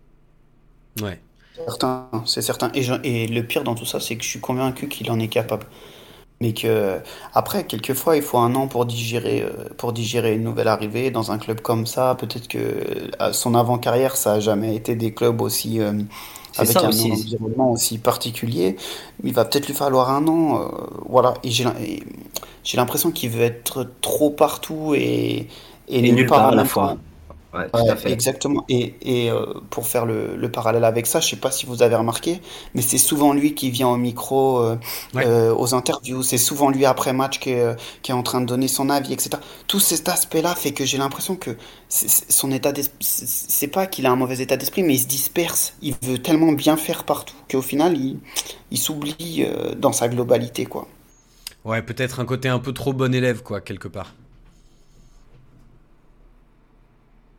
Ouais. Certain, c'est certain. Et, je- et le pire dans tout ça, c'est que je suis convaincu qu'il en est capable. Mais que après, quelquefois, il faut un an pour digérer, euh, pour digérer une nouvelle arrivée dans un club comme ça. Peut-être que à son avant-carrière, ça a jamais été des clubs aussi euh, C'est avec ça un aussi. environnement aussi particulier. Il va peut-être lui falloir un an, euh, voilà. Et j'ai l'im- et j'ai l'impression qu'il veut être trop partout et, et Et nulle nulle part part en à la même temps. fois. Ouais, tout à Ouais, fait. exactement. Et, et euh, pour faire le, le parallèle avec ça, je sais pas si vous avez remarqué, mais c'est souvent lui qui vient au micro, euh, Ouais. euh, aux interviews. C'est souvent lui après match qui est, euh, qui est en train de donner son avis, et cetera. Tout cet aspect-là fait que j'ai l'impression que c'est- c'est- son état d'esprit, c'est c'est pas qu'il a un mauvais état d'esprit, mais il se disperse. Il veut tellement bien faire partout qu'au final, il, il s'oublie euh, dans sa globalité, quoi. Ouais, peut-être un côté un peu trop bon élève, quoi, quelque part.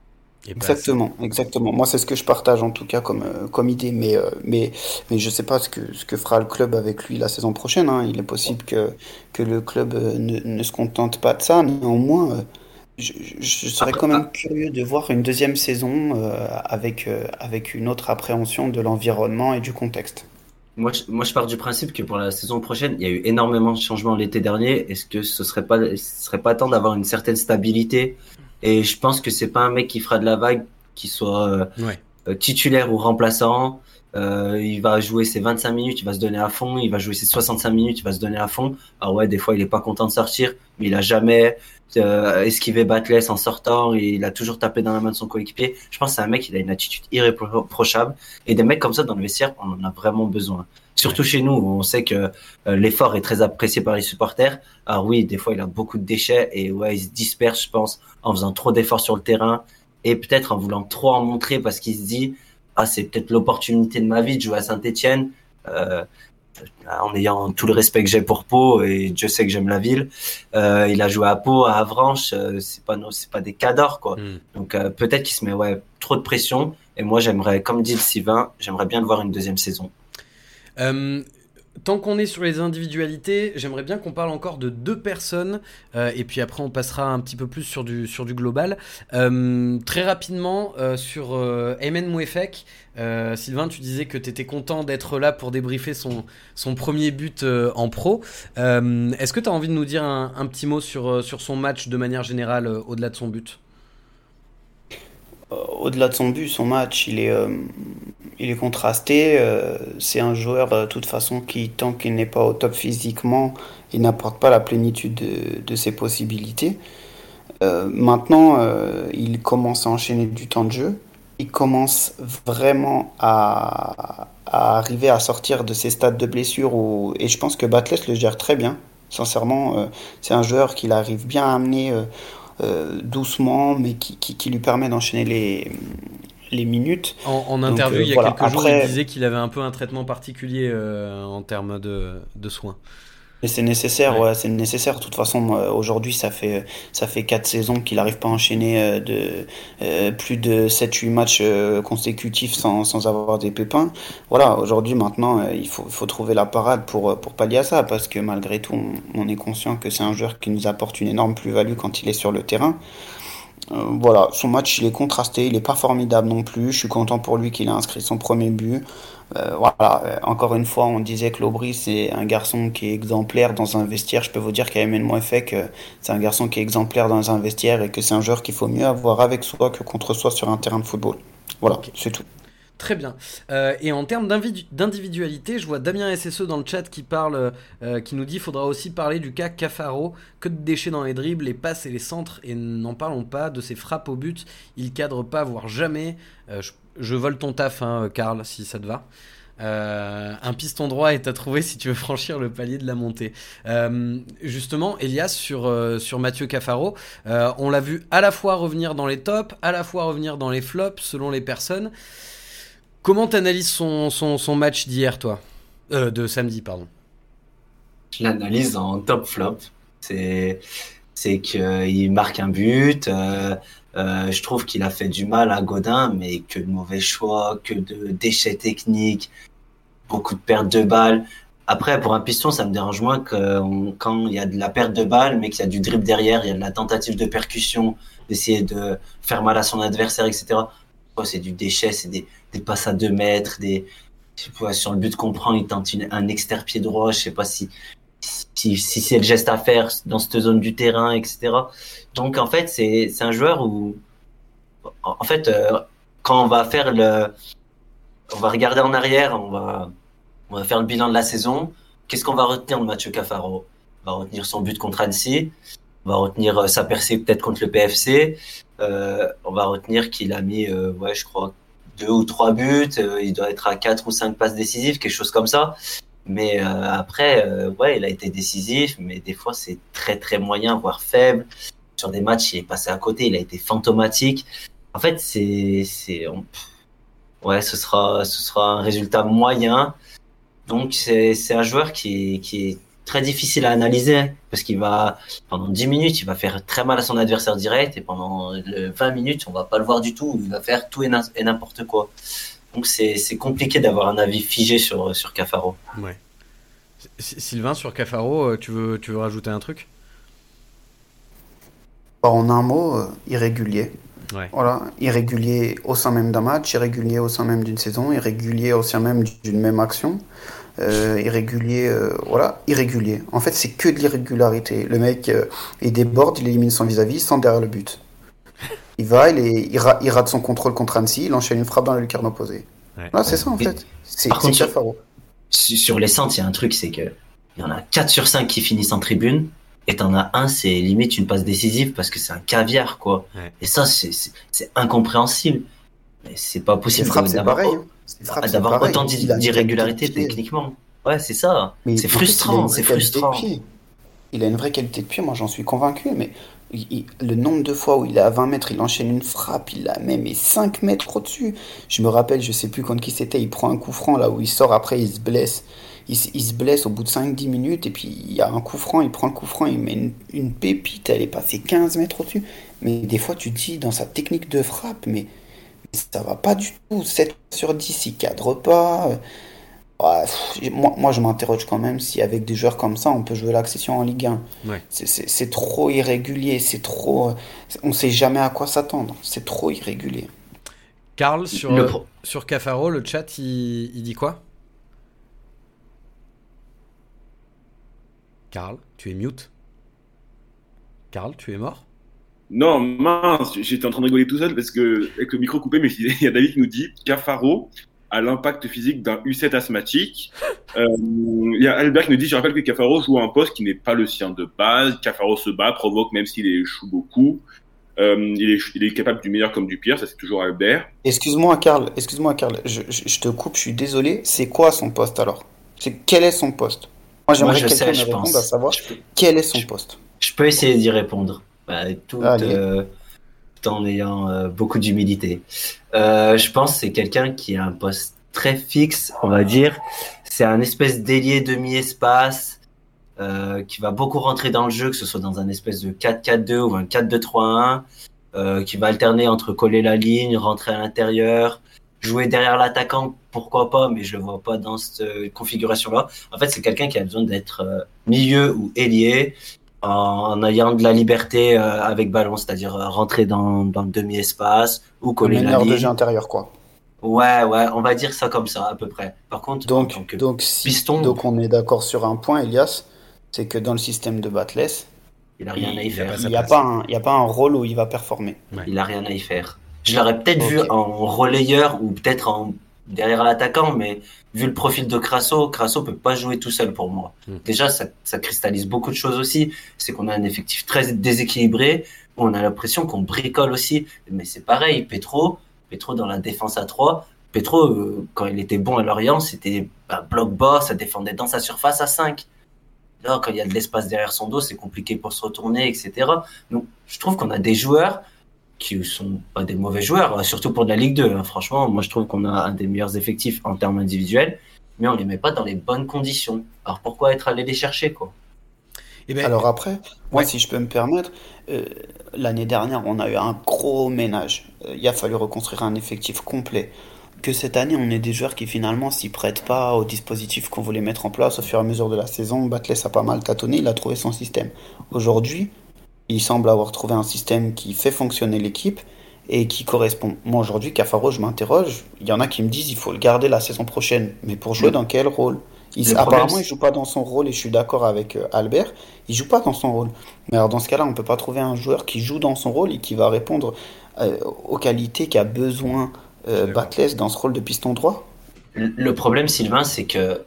Et pas assez. Exactement, exactement. Moi, c'est ce que je partage en tout cas comme, euh, comme idée, mais, euh, mais, mais je sais pas ce que, ce que fera le club avec lui la saison prochaine, hein. Il est possible que, que le club euh, ne, ne se contente pas de ça. Néanmoins, euh, je, je- je serais Après, quand même ah, curieux de voir une deuxième saison euh, avec, euh, avec une autre appréhension de l'environnement et du contexte. moi, je, moi, je pars du principe que pour la saison prochaine, il y a eu énormément de changements l'été dernier. Est-ce que ce serait pas, ce serait pas temps d'avoir une certaine stabilité? Et je pense que c'est pas un mec qui fera de la vague, qui soit euh, Ouais. euh, titulaire ou remplaçant. Euh, il va jouer ses vingt-cinq minutes, il va se donner à fond. Il va jouer ses soixante-cinq minutes, il va se donner à fond. Alors ouais, des fois, il est pas content de sortir, mais il a jamais euh, esquivé Batles en sortant. Et il a toujours tapé dans la main de son coéquipier. Je pense que c'est un mec, il a une attitude irréprochable. Et des mecs comme ça dans le vestiaire, on en a vraiment besoin. Ouais. Surtout chez nous, où on sait que euh, l'effort est très apprécié par les supporters. Alors oui, des fois, il a beaucoup de déchets et ouais, il se disperse, je pense, en faisant trop d'efforts sur le terrain et peut-être en voulant trop en montrer parce qu'il se dit ah, c'est peut-être l'opportunité de ma vie de jouer à Saint-Étienne, euh, en ayant tout le respect que j'ai pour Pau et Dieu sait que j'aime la ville. Euh, il a joué à Pau, à Avranches, euh, c'est pas no- c'est pas des cadors quoi. Hmm. Donc euh, peut-être qu'il se met ouais trop de pression et moi j'aimerais, comme dit le Sylvain, j'aimerais bien le voir une deuxième saison. Euh, Tant qu'on est sur les individualités, j'aimerais bien qu'on parle encore de deux personnes, euh, et puis après on passera un petit peu plus sur du, sur du global. Euh, très rapidement, euh, sur euh, Aymen Mouefek, euh, Sylvain, tu disais que tu étais content d'être là pour débriefer son, son premier but euh, en pro. Euh, est-ce que tu as envie de nous dire un, un petit mot sur, euh, sur son match de manière générale, euh, au-delà de son but? Euh, Au-delà de son but, son match, il est, euh, il est contrasté. Euh, c'est un joueur, euh, de toute façon, qui, tant qu'il n'est pas au top physiquement, il n'apporte pas la plénitude de, de ses possibilités. Euh, maintenant, euh, il commence à enchaîner du temps de jeu. Il commence vraiment à, à arriver à sortir de ces stades de blessure où, et je pense que Batles le gère très bien. Sincèrement, euh, c'est un joueur qu'il arrive bien à amener euh, euh, doucement, mais qui, qui, qui lui permet d'enchaîner les, les minutes. En, en Donc interview, euh, il y a voilà. quelques jours, il Après, disait qu'il avait un peu un traitement particulier euh, en termes de, de soins. et c'est nécessaire, Ouais. ouais, c'est nécessaire. De toute façon, moi, aujourd'hui, ça fait ça fait quatre saisons qu'il n'arrive pas à enchaîner euh, de euh, plus de sept huit matchs euh, consécutifs sans, sans avoir des pépins. Voilà, aujourd'hui, maintenant, euh, il faut, il faut trouver la parade pour, euh, pour pallier à ça, parce que malgré tout, on, on est conscient que c'est un joueur qui nous apporte une énorme plus-value quand il est sur le terrain. Euh, voilà, son match il est contrasté, il est pas formidable non plus. Je suis content pour lui qu'il a inscrit son premier but. Euh, voilà, euh, encore une fois, on disait que Lobry c'est un garçon qui est exemplaire dans un vestiaire. Je peux vous dire qu'à M N Moefek, euh, c'est un garçon qui est exemplaire dans un vestiaire et que c'est un joueur qu'il faut mieux avoir avec soi que contre soi sur un terrain de football. Voilà, Ok. c'est tout. Très bien. Euh, et en termes d'invidu- d'individualité, je vois Damien S S E dans le chat qui parle, euh, qui nous dit, faudra aussi parler du cas Cafaro, que de déchets dans les dribbles, les passes et les centres, et n'en parlons pas de ses frappes au but. Il cadre pas, voire jamais. Euh, je, je vole ton taf, hein, Karl, si ça te va. Euh, un piston droit est à trouver si tu veux franchir le palier de la montée. Euh, justement, Elias, sur, euh, sur Mathieu Cafaro, euh, on l'a vu à la fois revenir dans les tops, à la fois revenir dans les flops, selon les personnes. Comment t'analyses son, son, son match d'hier, toi? Euh, de samedi, pardon. Je l'analyse en top flop. C'est c'est qu'il marque un but. Euh, euh, je trouve qu'il a fait du mal à Godin, mais que de mauvais choix, que de déchets techniques, beaucoup de pertes de balles. Après, pour un piston, ça me dérange moins que on- quand il y a de la perte de balles, mais qu'il y a du dribble derrière, il y a de la tentative de percussion, d'essayer de faire mal à son adversaire, et cetera. Oh, c'est du déchet, c'est des, des passes à deux mètres, des, je sais pas, sur le but qu'on prend, il tente une- un exter-pied droit, je sais pas si, si, si c'est le geste à faire dans cette zone du terrain, et cetera. Donc, en fait, c'est, c'est un joueur où, en en fait, euh, quand on va faire le, on va regarder en arrière, on va, on va faire le bilan de la saison. Qu'est-ce qu'on va retenir de Mathieu Cafaro? On va retenir son but contre Annecy. On va retenir euh, sa percée peut-être contre le P F C. Euh, on va retenir qu'il a mis, euh, ouais, je crois, deux ou trois buts. Euh, il doit être à quatre ou cinq passes décisives, quelque chose comme ça. Mais euh, après, euh, ouais, il a été décisif, mais des fois c'est très très moyen, voire faible. Sur des matchs, il est passé à côté, il a été fantomatique. En fait, c'est, c'est, on- ouais, ce sera, ce sera un résultat moyen. Donc c'est, c'est un joueur qui est, qui est très difficile à analyser parce qu'il va, pendant dix minutes, il va faire très mal à son adversaire direct et pendant le vingt minutes, on va pas le voir du tout. Il va faire tout et, na- et n'importe quoi. Donc c'est, c'est compliqué d'avoir un avis figé sur, sur Cafaro. Ouais. S- Sylvain, sur Cafaro, euh, tu veux, tu veux rajouter un truc? Bah, en un mot, euh, irrégulier. Ouais. Voilà, irrégulier au sein même d'un match, irrégulier au sein même d'une saison, irrégulier au sein même d'une même action, euh, irrégulier, euh, voilà, irrégulier. En fait, c'est que de l'irrégularité. Le mec, euh, il déborde, il élimine son vis-à-vis sans derrière le but. Il va, il, est, il, ra- il rate son contrôle contre Annecy, il enchaîne une frappe dans la lucarne opposée. Ouais. Voilà, c'est ça en Et- fait. C'est Par c'est contre, sur- Cafaro. Sur sur les centres, il y a un truc, c'est que il y en a quatre sur cinq qui finissent en tribune, et t'en as un, c'est limite une passe décisive parce que c'est un caviar, quoi. Ouais. Et ça, c'est, c'est, c'est incompréhensible. Mais c'est pas Ses possible frappes, c'est d'avoir, pareil. hein. Ses frappes, c'est d'avoir pareil. autant Il d'i- a une d'irrégularité qualité de pied. techniquement. Ouais, c'est ça. Mais C'est en plus, il a une frustrant, vraie c'est qualité de frustrant. pied. Il a une vraie qualité de pied, moi j'en suis convaincu, mais il- il- le nombre de fois où il est à vingt mètres, il enchaîne une frappe, il la met mais cinq mètres au-dessus. Je me rappelle, je sais plus contre qui c'était, il prend un coup franc là où il sort, après il se blesse. Il, s- il se blesse au bout de cinq dix minutes, et puis il y a un coup franc, il prend le coup franc, il met une, une pépite, elle est passée quinze mètres au-dessus. Mais des fois tu te dis, dans sa technique de frappe, mais ça va pas du tout. sept sur dix, il cadre pas. Ouais, pff, moi, moi, je m'interroge quand même si avec des joueurs comme ça, on peut jouer l'accession en Ligue un. Ouais. C'est c'est- c'est trop irrégulier, c'est trop. On sait jamais à quoi s'attendre. C'est trop irrégulier. Karl, sur, Le euh, pro- sur Cafaro, le chat, il, il dit quoi? Karl, tu es mute. Karl, tu es mort? Non, mince, j'étais en train de rigoler tout seul parce que, avec le micro coupé, mais il y a David qui nous dit Cafaro a l'impact physique d'un U sept asthmatique. Euh, il y a Albert qui nous dit, je rappelle que Cafaro joue à un poste qui n'est pas le sien de base. Cafaro se bat, provoque, même s'il échoue beaucoup. Euh, il, est, il est capable du meilleur comme du pire, ça c'est toujours Albert. Excuse-moi, Karl, excuse-moi, Karl, je, je- je te coupe, je suis désolé. C'est quoi son poste alors? C'est quel est son poste? Moi, Moi, j'aimerais je que quelqu'un sais, me je réponde pense. à savoir Je peux, quel est son je- poste. je peux essayer d'y répondre. Bah, tout, Allez. euh, tout en ayant euh, beaucoup d'humilité. Euh, je pense que c'est quelqu'un qui a un poste très fixe, on va dire. C'est un espèce d'ailier demi-espace euh, qui va beaucoup rentrer dans le jeu, que ce soit dans un espèce de quatre quatre deux ou un quatre deux trois un, euh, qui va alterner entre coller la ligne, rentrer à l'intérieur, jouer derrière l'attaquant, pourquoi pas, mais je le vois pas dans cette euh, configuration-là. En fait, c'est quelqu'un qui a besoin d'être euh, milieu ou ailier, en, en ayant de la liberté euh, avec ballon, c'est-à-dire euh, rentrer dans, dans le demi-espace ou Le coller la meneur de ligne. jeu intérieur, quoi. Ouais, ouais, on va dire ça comme ça, à peu près. Par contre, en tant Donc, que donc, si, piston, donc on est d'accord sur un point, Elias, c'est que dans le système de Batless, il a rien à y il a faire. pas sa il n'y a, place. pas un- il y a pas un rôle où il va performer. Ouais. Il a rien à y faire. Je l'aurais peut-être vu Ok. en relayeur ou peut-être en derrière l'attaquant, mais vu le profil de Crasso, Crasso peut pas jouer tout seul pour moi. Mm. Déjà, ça, ça cristallise beaucoup de choses aussi. C'est qu'on a un effectif très déséquilibré, où on a l'impression qu'on bricole aussi. Mais c'est pareil, Petro, Petro dans la défense à trois, Petro, euh, quand il était bon à Lorient, c'était un bloc bas, ça défendait dans sa surface à cinq. Là, quand il y a de l'espace derrière son dos, c'est compliqué pour se retourner, et cetera. Donc, je trouve qu'on a des joueurs qui sont pas des mauvais joueurs, surtout pour de la Ligue deux. Hein. Franchement, moi, je trouve qu'on a un des meilleurs effectifs en termes individuels, mais on les met pas dans les bonnes conditions. Alors, pourquoi être allé les chercher, quoi? Eh ben, Alors après, moi, ouais. si je peux me permettre, euh, l'année dernière, on a eu un gros ménage. Euh, il a fallu reconstruire un effectif complet. Que cette année, on ait des joueurs qui finalement s'y prêtent pas au dispositif qu'on voulait mettre en place au fur et à mesure de la saison. Batless a pas mal tâtonné, il a trouvé son système. Aujourd'hui, il semble avoir trouvé un système qui fait fonctionner l'équipe et qui correspond. Moi, aujourd'hui, Cafaro, je m'interroge. Il y en a qui me disent il faut le garder la saison prochaine. Mais pour jouer Le- dans quel rôle? Il, le problème, apparemment, c'est- il joue pas dans son rôle et je suis d'accord avec euh, Albert. Il joue pas dans son rôle. Mais alors, dans ce cas-là, on peut pas trouver un joueur qui joue dans son rôle et qui va répondre euh, aux qualités qu'a besoin euh, D'accord. Batless dans ce rôle de piston droit. Le le problème, Sylvain, c'est que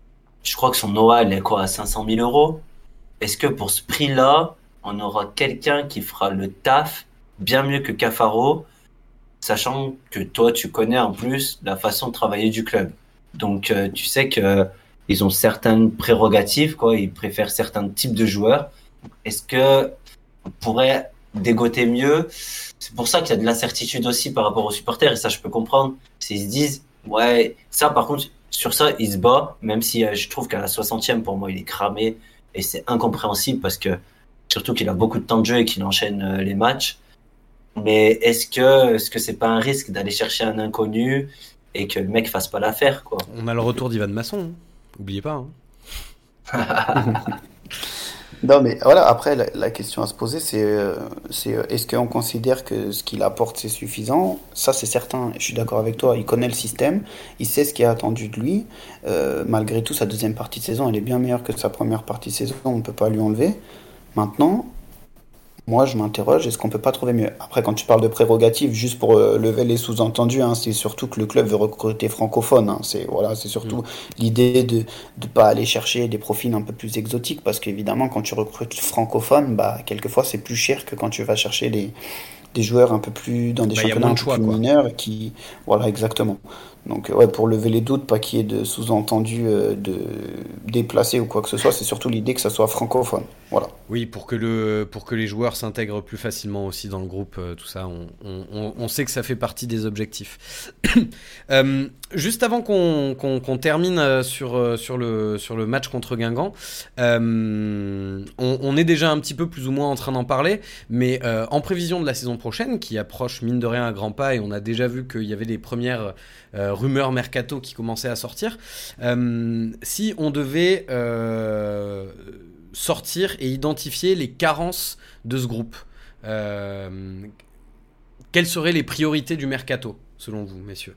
je crois que son O A, elle est quoi, à cinq cent mille euros? Est-ce que pour ce prix-là, on aura quelqu'un qui fera le taf bien mieux que Cafaro, sachant que toi, tu connais en plus la façon de travailler du club. Donc, euh, tu sais que ils ont certaines prérogatives, quoi. Ils préfèrent certains types de joueurs. Est-ce que on pourrait dégoter mieux? C'est pour ça qu'il y a de l'incertitude aussi par rapport aux supporters, et ça, je peux comprendre. S'ils se disent, ouais, ça, par contre, sur ça, il se bat, même si euh, je trouve qu'à la soixantième, pour moi, il est cramé. et c'est incompréhensible parce que surtout qu'il a beaucoup de temps de jeu et qu'il enchaîne euh, les matchs. Mais est-ce que est-ce que c'est pas un risque d'aller chercher un inconnu et que le mec fasse pas l'affaire, quoi? On a le retour d'Ivan Masson, hein. Oubliez pas. Hein. Non, mais voilà, après, la, la question à se poser, c'est euh, c'est, euh, est-ce qu'on considère que ce qu'il apporte, c'est suffisant? Ça, c'est certain, je suis d'accord avec toi, il connaît le système, il sait ce qui est attendu de lui. Euh, malgré tout, sa deuxième partie de saison, elle est bien meilleure que sa première partie de saison, on ne peut pas lui enlever. Maintenant, moi, je m'interroge, est-ce qu'on peut pas trouver mieux? Après, quand tu parles de prérogatives, juste pour euh, lever les sous-entendus, hein, c'est surtout que le club veut recruter francophone. Hein, c'est voilà, c'est surtout Mm. l'idée de ne pas aller chercher des profils un peu plus exotiques, parce qu'évidemment, quand tu recrutes francophone, bah, quelquefois, c'est plus cher que quand tu vas chercher les, des joueurs un peu plus dans des Bah, il y a championnats moins un de peu choix, plus quoi. mineurs, et qui, voilà, exactement. Donc, euh, ouais, pour lever les doutes, pas qu'il y ait de sous-entendus euh, de déplacés ou quoi que ce soit, c'est surtout l'idée que ça soit francophone. Voilà. Oui, pour que, le, pour que les joueurs s'intègrent plus facilement aussi dans le groupe, euh, tout ça, on, on, on- on sait que ça fait partie des objectifs. Euh, juste avant qu'on qu'on- qu'on termine euh, sur, euh, sur, le, sur le match contre Guingamp, euh, on, on est déjà un petit peu plus ou moins en train d'en parler, mais euh, en prévision de la saison prochaine, qui approche mine de rien à grands pas, et on a déjà vu qu'il y avait des premières euh, rumeurs mercato qui commençaient à sortir, euh, si on devait euh, sortir et identifier les carences de ce groupe, euh, quelles seraient les priorités du mercato, selon vous, messieurs?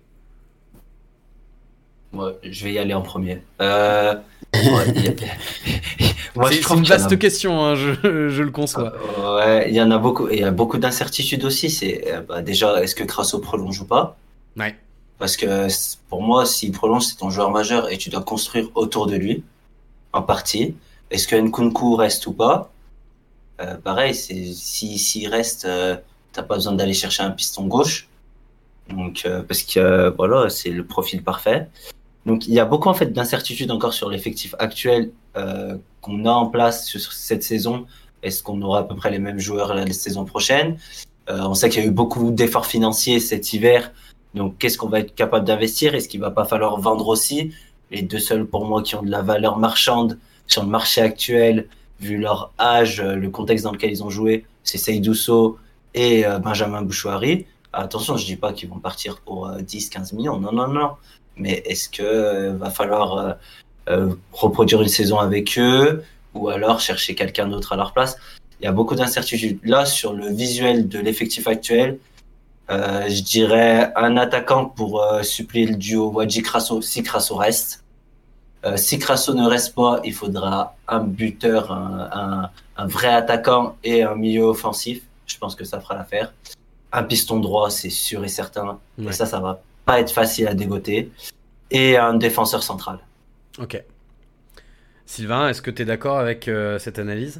Ouais, je vais y aller en premier. Euh, ouais, il y a- Moi, C'est je c'est trouve une qu'il y en a vaste question, hein, je, je le conçois. Ouais, il y en a beaucoup. Et il y a beaucoup d'incertitudes aussi. C'est euh, bah, déjà, est-ce que Crasso prolonge ou pas? Ouais. Parce que c- pour moi, s'il prolonge, c'est ton joueur majeur et tu dois construire autour de lui, en partie. Est-ce que Nkunku reste ou pas? Euh, pareil, c'est si s'il reste, euh, t'as pas besoin d'aller chercher un piston gauche. Donc euh, parce que euh, voilà, c'est le profil parfait. Donc il y a beaucoup en fait d'incertitudes encore sur l'effectif actuel euh, qu'on a en place sur cette saison. Est-ce qu'on aura à peu près les mêmes joueurs la, la saison prochaine? Euh, on sait qu'il y a eu beaucoup d'efforts financiers cet hiver. Donc qu'est-ce qu'on va être capable d'investir? Est-ce qu'il va pas falloir vendre aussi? Les deux seuls pour moi qui ont de la valeur marchande sur le marché actuel, vu leur âge, euh, le contexte dans lequel ils ont joué, c'est Seydou Sow et euh, Benjamin Bouchouari. Attention, je dis pas qu'ils vont partir pour euh, dix quinze millions. Non, non, non. Mais est-ce que euh, va falloir euh, euh, reproduire une saison avec eux ou alors chercher quelqu'un d'autre à leur place? Il y a beaucoup d'incertitudes. Là, sur le visuel de l'effectif actuel, euh, je dirais un attaquant pour euh, suppléer le duo Wadji-Crasso si Crasso reste. Euh, si Crasso ne reste pas, il faudra un buteur, un, un, un vrai attaquant et un milieu offensif. Je pense que ça fera l'affaire. Un piston droit, c'est sûr et certain. Ouais. Et ça, ça va pas être facile à dégoter. Et un défenseur central. Ok. Sylvain, est-ce que tu es d'accord avec euh, cette analyse?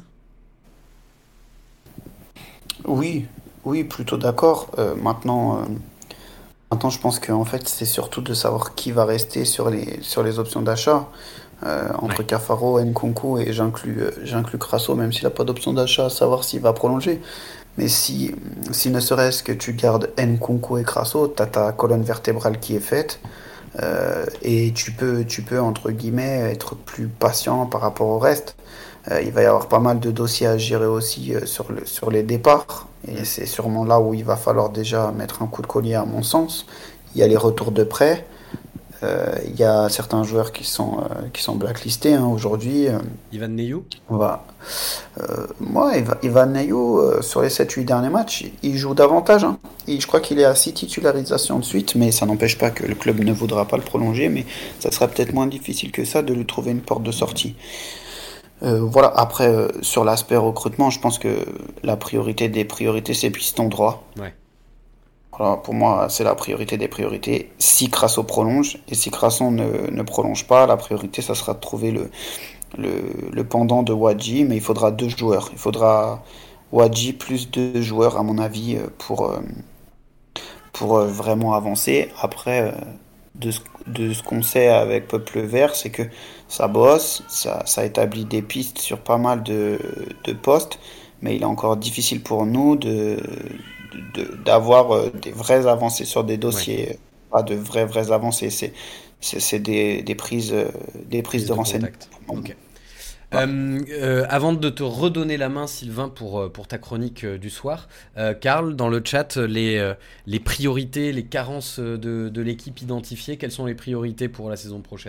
Oui, oui, plutôt d'accord. Euh, maintenant, euh, maintenant, je pense qu'en fait, c'est surtout de savoir qui va rester sur les, sur les options d'achat. Euh, entre Ouais. Cafaro, Nkunku et j'inclus euh, j'inclus Crasso, même s'il n'a pas d'option d'achat, à savoir s'il va prolonger. Mais si, si ne serait-ce que tu gardes Nkunku et Crasso, tu as ta colonne vertébrale qui est faite. Euh, et tu peux, tu peux, entre guillemets, être plus patient par rapport au reste. Euh, il va y avoir pas mal de dossiers à gérer aussi euh, sur, le, sur les départs. Et c'est sûrement là où il va falloir déjà mettre un coup de collier, à mon sens. Il y a les retours de prêt. Euh, il y a certains joueurs qui sont, euh, qui sont blacklistés hein, aujourd'hui. Euh, Ivan Neyou? on va, euh, moi, Eva- Ivan Neyou, euh, sur les sept huit derniers matchs, il joue davantage. Hein. Il- je crois qu'il est à six titularisations de suite, mais ça n'empêche pas que le club ne voudra pas le prolonger. Mais ça sera peut-être moins difficile que ça de lui trouver une porte de sortie. Euh, voilà, après, euh, sur l'aspect recrutement, je pense que la priorité des priorités, c'est piston droit. Ouais. Voilà, pour moi, c'est la priorité des priorités. Si Crasso prolonge, et si Crasso ne, ne prolonge pas, la priorité, ça sera de trouver le, le, le pendant de Wadji, mais il faudra deux joueurs. Il faudra Wadji plus deux joueurs, à mon avis, euh, pour, euh, pour euh, vraiment avancer. Après, euh, de ce, de ce qu'on sait avec Peuple Vert, c'est que ça bosse, ça, ça établit des pistes sur pas mal de, de postes, mais il est encore difficile pour nous de, de- d'avoir euh, des vraies avancées sur des Ouais. dossiers, pas de vraies vraies avancées, c'est c'est, c'est des, des prises euh, des prises Prise de de renseignements. contact. Ok. Euh, euh, avant de te redonner la main, Sylvain, pour, pour ta chronique euh, du soir, euh, Karl, dans le chat, les, euh, les priorités, les carences de, de l'équipe identifiées, quelles sont les priorités pour la saison prochaine ?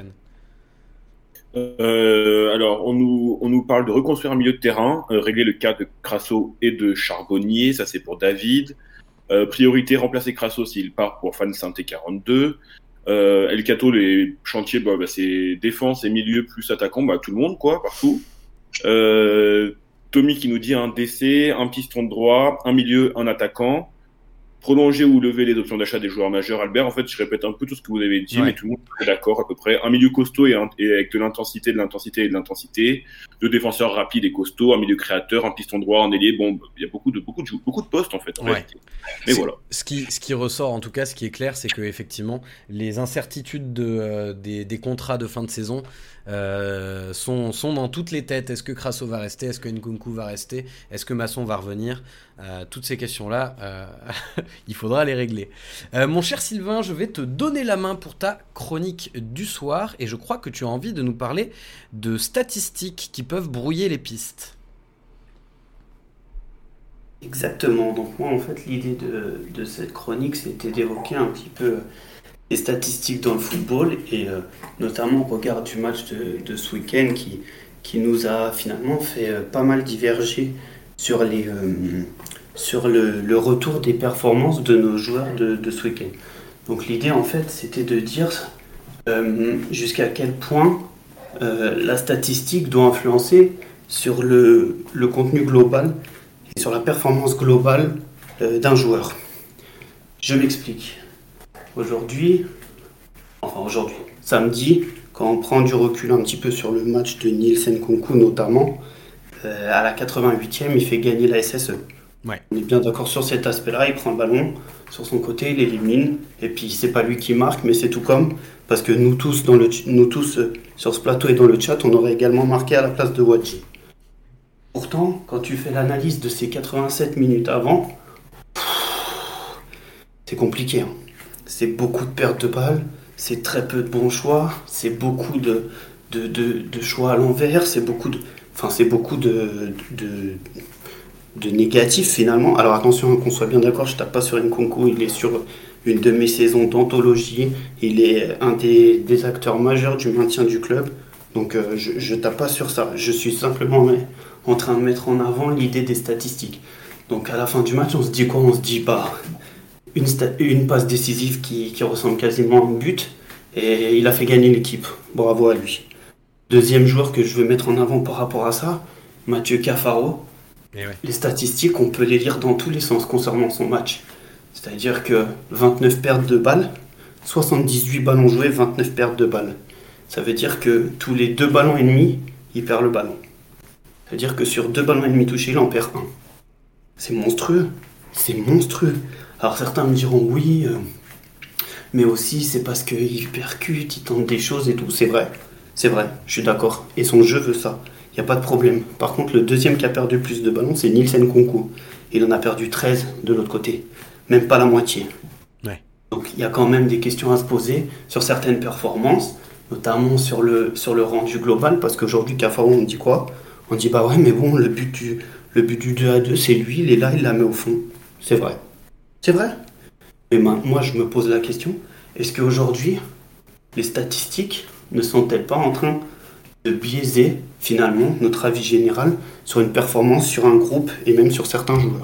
Euh, alors, on nous, on nous parle de reconstruire un milieu de terrain, euh, régler le cas de Crasso et de Charbonnier, ça c'est pour David. Euh, priorité, remplacer Crasso s'il part pour Fan Saint-T quarante-deux. Euh, El Cato, les chantiers, bah, bah, c'est défense et milieu plus attaquant, bah, tout le monde, quoi, partout. Euh, Tommy qui nous dit un D C, un piston de droit, un milieu, un attaquant. Prolonger ou lever les options d'achat des joueurs majeurs. Albert, en fait, je répète un peu tout ce que vous avez dit, ouais. Mais tout le monde est d'accord à peu près. Un milieu costaud et, un, et avec de l'intensité, de l'intensité et de l'intensité. Deux défenseurs rapides et costauds, un milieu créateur, un piston droit, un ailier. Bon, il y a beaucoup de, beaucoup de, beaucoup de postes, en fait. En ouais. fait. Mais ce, voilà. Ce qui, ce qui ressort, en tout cas, ce qui est clair, c'est que effectivement, les incertitudes de, euh, des, des contrats de fin de saison euh, sont, sont dans toutes les têtes. Est-ce que Crasso va rester ? Est-ce que Nkunku va rester ? Est-ce que Masson va revenir ? euh, Toutes ces questions-là, euh, il faudra les régler. Euh, mon cher Sylvain, je vais te donner la main pour ta chronique du soir et je crois que tu as envie de nous parler de statistiques qui peuvent brouiller les pistes. Exactement. Donc moi, en fait, l'idée de, de cette chronique, c'était d'évoquer un petit peu les statistiques dans le football et euh, notamment au regard du match de, de ce week-end qui, qui nous a finalement fait euh, pas mal diverger sur, les, euh, sur le, le retour des performances de nos joueurs de, de ce week-end. Donc l'idée, en fait, c'était de dire euh, jusqu'à quel point euh, la statistique doit influencer sur le, le contenu global et sur la performance globale euh, d'un joueur. Je m'explique. Aujourd'hui, enfin aujourd'hui, samedi, quand on prend du recul un petit peu sur le match de Nielsen Nkunku notamment, euh, à la quatre-vingt-huitième, il fait gagner la S S E. Ouais. On est bien d'accord sur cet aspect-là, il prend le ballon sur son côté, il élimine, et puis c'est pas lui qui marque, mais c'est tout comme, parce que nous tous, dans le, nous tous euh, sur ce plateau et dans le chat, on aurait également marqué à la place de Wadji. Pourtant, quand tu fais l'analyse de ces quatre-vingt-sept minutes avant, pff, c'est compliqué. Hein. C'est beaucoup de pertes de balles, c'est très peu de bons choix, c'est beaucoup de, de, de, de choix à l'envers, c'est beaucoup de, enfin, c'est beaucoup de, de, de négatifs finalement. Alors attention, qu'on soit bien d'accord, je tape pas sur Nkunku, il est sur une de mes saisons d'anthologie, il est un des, des acteurs majeurs du maintien du club, donc euh, je, je tape pas sur ça, je suis simplement mais, en train de mettre en avant l'idée des statistiques. Donc à la fin du match, on se dit quoi ? On se dit bah une, sta- une passe décisive qui, qui ressemble quasiment à un but, et il a fait gagner l'équipe, bravo à lui. Deuxième joueur que je veux mettre en avant par rapport à ça, Mathieu Cafaro. Et ouais. Les statistiques, on peut les lire dans tous les sens concernant son match. C'est-à-dire que vingt-neuf pertes de balles, soixante-dix-huit ballons joués, vingt-neuf pertes de balles. Ça veut dire que tous les deux ballons et demi, il perd le ballon. Ça veut dire que sur deux ballons et demi touchés, il en perd un. C'est monstrueux. C'est monstrueux. Alors certains me diront oui, euh, mais aussi c'est parce qu'il percute, il tente des choses et tout. C'est vrai. C'est vrai, je suis d'accord. Et son jeu veut ça. Il n'y a pas de problème. Par contre, le deuxième qui a perdu plus de ballons, c'est Nielsen Nkunku. Il en a perdu treize de l'autre côté. Même pas la moitié. Ouais. Donc il y a quand même des questions à se poser sur certaines performances, notamment sur le, sur le rendu global, parce qu'aujourd'hui, Cafaro, on dit quoi ? On dit bah ouais, mais bon, le but du, le but du deux à deux, c'est lui, il est là, il la met au fond. C'est vrai. C'est vrai. Mais ben, moi, je me pose la question, est-ce qu'aujourd'hui, les statistiques ne sont-elles pas en train de biaiser, finalement, notre avis général sur une performance, sur un groupe et même sur certains joueurs ?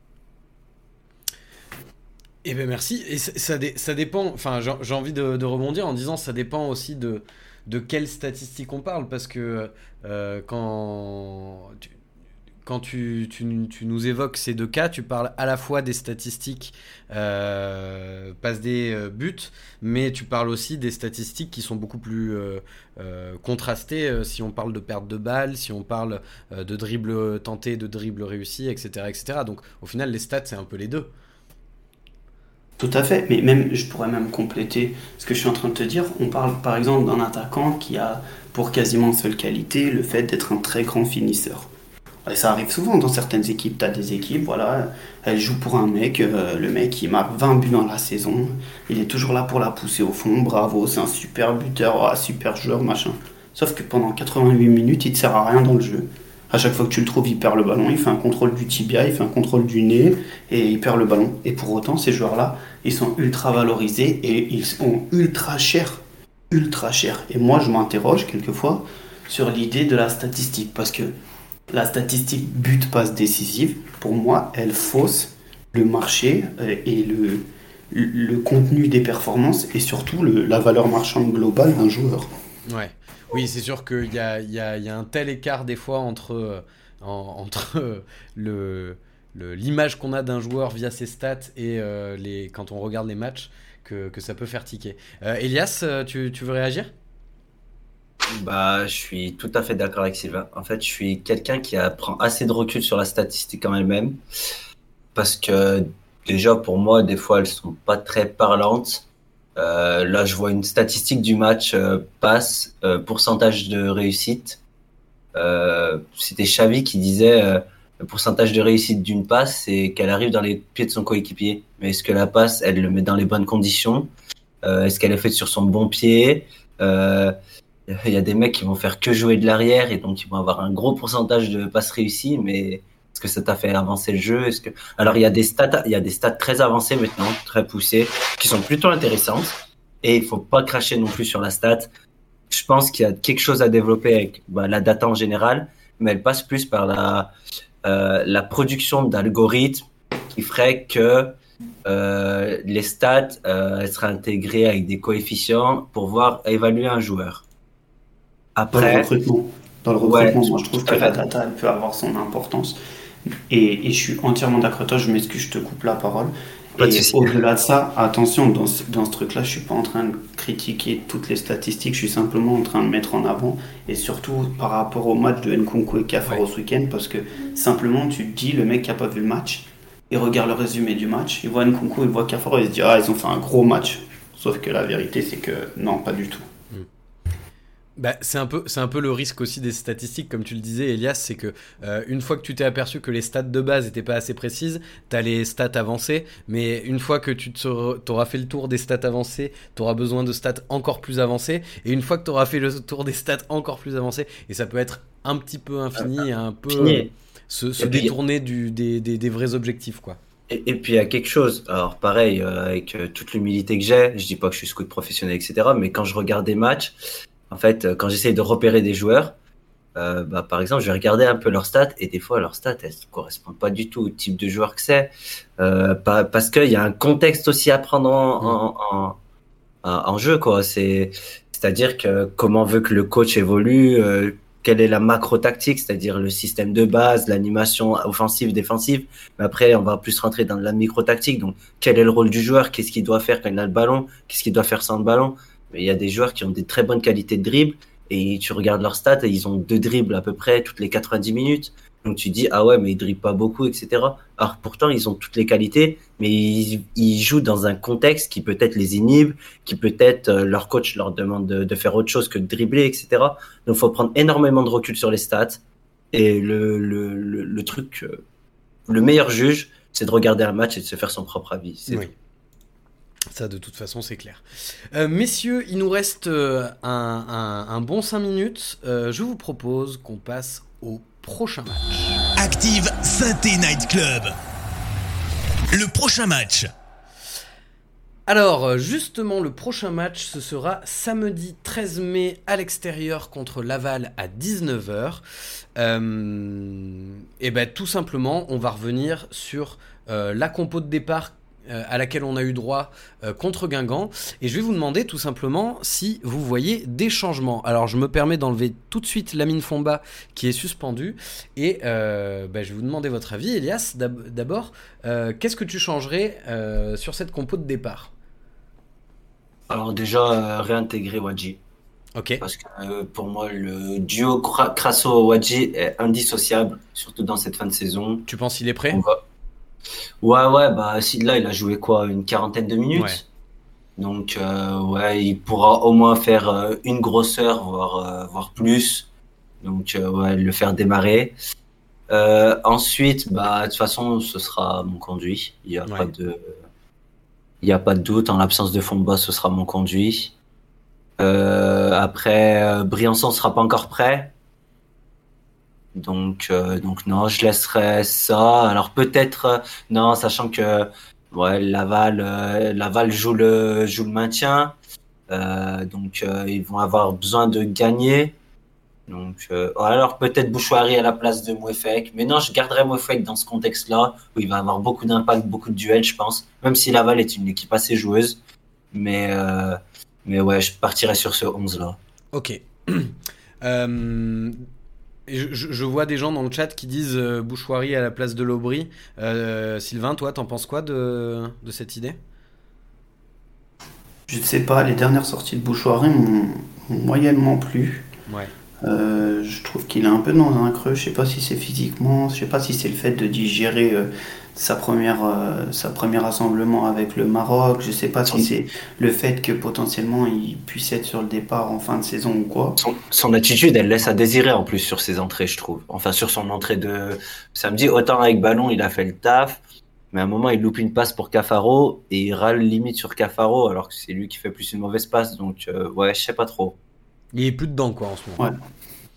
Eh bien merci, et ça, ça, dé, ça dépend, enfin j'ai, j'ai envie de, de rebondir en disant ça dépend aussi de, de quelles statistiques on parle, parce que euh, quand, tu, quand tu, tu, tu nous évoques ces deux cas, tu parles à la fois des statistiques euh, passe des euh, buts, mais tu parles aussi des statistiques qui sont beaucoup plus euh, euh, contrastées, euh, si on parle de perte de balles, si on parle euh, de dribble tenté, de dribble réussi, et cetera, et cetera. Donc au final les stats c'est un peu les deux. Tout à fait, mais même, je pourrais même compléter ce que je suis en train de te dire. On parle par exemple d'un attaquant qui a pour quasiment seule qualité le fait d'être un très grand finisseur. Et ça arrive souvent dans certaines équipes. Tu as des équipes, voilà, elles jouent pour un mec, euh, le mec il marque vingt buts dans la saison, il est toujours là pour la pousser au fond, bravo, c'est un super buteur, oh, super joueur, machin. Sauf que pendant quatre-vingt-huit minutes, il ne te sert à rien dans le jeu. À chaque fois que tu le trouves, il perd le ballon, il fait un contrôle du tibia, il fait un contrôle du nez et il perd le ballon. Et pour autant, ces joueurs-là, ils sont ultra valorisés et ils sont ultra chers. Ultra chers. Et moi, je m'interroge quelquefois sur l'idée de la statistique. Parce que la statistique but passe décisive, pour moi, elle fausse le marché et le, le contenu des performances et surtout le, la valeur marchande globale d'un joueur. Ouais. Oui, c'est sûr qu'il y a, il y a, il y a un tel écart des fois entre, euh, en, entre euh, le, le, l'image qu'on a d'un joueur via ses stats et euh, les, quand on regarde les matchs que, que ça peut faire tiquer. Euh, Elias, tu, tu veux réagir ? Bah, je suis tout à fait d'accord avec Sylvain. En fait, je suis quelqu'un qui a, prend assez de recul sur la statistique en elle-même. Parce que déjà, pour moi, des fois, elles sont pas très parlantes. Euh, là, je vois une statistique du match euh, passe, euh, pourcentage de réussite. Euh, c'était Xavi qui disait euh, le pourcentage de réussite d'une passe, c'est qu'elle arrive dans les pieds de son coéquipier. Mais est-ce que la passe, elle le met dans les bonnes conditions ? euh, Est-ce qu'elle est faite sur son bon pied ? euh, Il y a des mecs qui vont faire que jouer de l'arrière et donc ils vont avoir un gros pourcentage de passes réussies, mais est-ce que ça t'a fait avancer le jeu ? Est-ce que... Alors, il y a des stats, il y a des stats très avancées maintenant, très poussées, qui sont plutôt intéressantes. Et il faut pas cracher non plus sur la stat. Je pense qu'il y a quelque chose à développer avec bah, la data en général, mais elle passe plus par la, euh, la production d'algorithmes qui ferait que euh, les stats euh, elles seraient intégrées avec des coefficients pour voir évaluer un joueur. Après, dans le recrutement, dans le recrutement ouais, moi je trouve que la data elle peut avoir son importance. Et, et je suis entièrement d'accord avec toi, je m'excuse, je te coupe la parole. Pas de Et souci. au-delà de ça, attention, dans ce, dans ce truc-là, je suis pas en train de critiquer toutes les statistiques, je suis simplement en train de mettre en avant, et surtout par rapport au match de Nkunku et Cafaro Ouais. ce week-end, parce que simplement tu te dis, le mec qui a pas vu le match, il regarde le résumé du match, il voit Nkunku, il voit Cafaro, il se dit, ah, ils ont fait un gros match. Sauf que la vérité, c'est que non, pas du tout. Bah, c'est un peu, c'est un peu le risque aussi des statistiques, comme tu le disais, Elias, c'est que euh, une fois que tu t'es aperçu que les stats de base étaient pas assez précises, t'as les stats avancées, mais une fois que tu t'auras fait le tour des stats avancées, t'auras besoin de stats encore plus avancées, et une fois que t'auras fait le tour des stats encore plus avancées, et ça peut être un petit peu infini, un peu euh, se, se détourner du, des, des, des vrais objectifs, quoi. Et, et puis il y a quelque chose, alors pareil, euh, avec euh, toute l'humilité que j'ai, je dis pas que je suis scout professionnel, et cetera, mais quand je regarde des matchs, en fait, quand j'essaye de repérer des joueurs, euh, bah, par exemple, je vais regarder un peu leurs stats et des fois, leurs stats, elles ne correspondent pas du tout au type de joueur que c'est. Euh, pas, parce qu'il y a un contexte aussi à prendre en, en, en, en, en jeu, quoi. C'est, c'est-à-dire que comment veut que le coach évolue, euh, quelle est la macro-tactique, c'est-à-dire le système de base, l'animation offensive, défensive. Mais après, on va plus rentrer dans la micro-tactique. Donc, quel est le rôle du joueur? Qu'est-ce qu'il doit faire quand il a le ballon? Qu'est-ce qu'il doit faire sans le ballon? Mais il y a des joueurs qui ont des très bonnes qualités de dribble et tu regardes leurs stats et ils ont deux dribbles à peu près toutes les quatre-vingt-dix minutes. Donc tu dis, ah ouais, mais ils dribblent pas beaucoup, et cetera. Alors pourtant, ils ont toutes les qualités, mais ils, ils jouent dans un contexte qui peut-être les inhibe, qui peut-être euh, leur coach leur demande de, de faire autre chose que de dribbler, et cetera. Donc il faut prendre énormément de recul sur les stats. Et le, le, le, le truc, euh, le meilleur juge, c'est de regarder un match et de se faire son propre avis. C'est oui. Ça, de toute façon, c'est clair. Euh, messieurs, il nous reste euh, un, un, un bon cinq minutes. Euh, je vous propose qu'on passe au prochain match. Active Saint-Étienne Night Club. Le prochain match. Alors, justement, le prochain match, ce sera samedi treize mai à l'extérieur contre Laval à dix-neuf heures. Euh, et ben, tout simplement, on va revenir sur euh, la compo de départ Euh, à laquelle on a eu droit euh, contre Guingamp, et je vais vous demander tout simplement si vous voyez des changements. Alors je me permets d'enlever tout de suite Lamine Fomba qui est suspendu, et euh, bah, je vais vous demander votre avis. Elias, d'ab- d'abord, euh, qu'est-ce que tu changerais euh, sur cette compo de départ ? Alors déjà, euh, réintégrer Wadji. Ok. Parce que euh, pour moi, le duo Crasso-Wadji est indissociable, surtout dans cette fin de saison. Tu penses qu'il est prêt ? On va... Ouais, ouais, bah si, là, il a joué quoi, une quarantaine de minutes. Ouais. Donc, euh, ouais, il pourra au moins faire euh, une grosseur, voire, euh, voire plus. Donc, euh, ouais, le faire démarrer. Euh, ensuite, bah, de toute façon, ce sera mon conduit. Il n'y a Ouais. pas de, il y a pas de doute. En l'absence de Fomba, ce sera mon conduit. Euh, après, euh, Briançon sera pas encore prêt. Donc, euh, donc non, je laisserai ça. Alors peut-être, euh, non, sachant que ouais, Laval, euh, Laval joue le, joue le maintien. Euh, donc euh, ils vont avoir besoin de gagner. Donc, euh, alors peut-être Bouchoirie à la place de Mouefek. Mais non, je garderai Mouefek dans ce contexte-là, où il va avoir beaucoup d'impact, beaucoup de duels, je pense. Même si Laval est une équipe assez joueuse. Mais, euh, mais ouais, je partirai sur ce onze-là. Ok. euh, je, je vois des gens dans le chat qui disent euh, Bouchoirie à la place de l'Aubry. Euh, Sylvain, toi, t'en penses quoi de, de cette idée ? Je ne sais pas, les dernières sorties de Bouchoirie m'ont m'ont moyennement plu. Ouais. Euh, je trouve qu'il est un peu dans un creux. Je sais pas si c'est physiquement, je sais pas si c'est le fait de digérer euh, sa première, euh, sa premier rassemblement avec le Maroc. Je sais pas si c'est le fait que potentiellement il puisse être sur le départ en fin de saison ou quoi. Son, son attitude, elle laisse à désirer en plus sur ses entrées, je trouve. Enfin, sur son entrée de samedi, autant avec ballon, il a fait le taf. Mais à un moment, il loupe une passe pour Cafaro et il râle limite sur Cafaro alors que c'est lui qui fait plus une mauvaise passe. Donc, euh, ouais, je sais pas trop. Il est plus dedans, quoi, en ce moment. Ouais.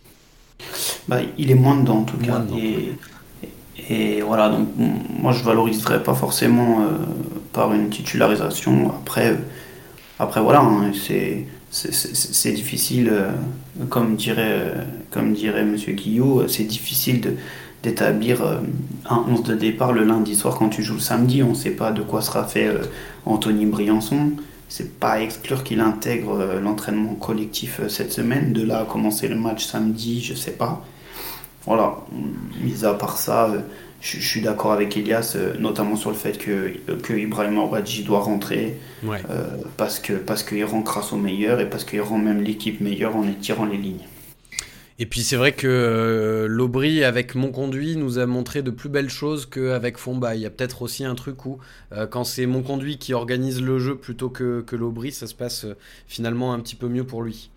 Bah, il est moins dedans en tout Moins cas. dedans. Et, et voilà, donc m- moi je valoriserais pas forcément euh, par une titularisation. Après, euh, après voilà, hein, c'est, c'est, c'est, c'est difficile, euh, comme dirait, euh, comme dirait Monsieur Guillot, euh, c'est difficile de, d'établir euh, un onze de départ le lundi soir quand tu joues le samedi. On sait pas de quoi sera fait euh, Anthony Briançon. C'est pas à exclure qu'il intègre euh, l'entraînement collectif euh, cette semaine. De là à commencer le match samedi, je sais pas. Voilà, mis à part ça, euh, je je suis d'accord avec Elias, euh, notamment sur le fait que, que Ibrahim Ouadji doit rentrer Ouais. euh, parce que parce qu'il rend grâce au meilleur et parce qu'il rend même l'équipe meilleure en étirant les lignes. Et puis c'est vrai que euh, l'Aubry avec Monconduit nous a montré de plus belles choses qu'avec Fomba. Il y a peut-être aussi un truc où euh, quand c'est Monconduit qui organise le jeu plutôt que, que l'Aubry, ça se passe euh, finalement un petit peu mieux pour lui.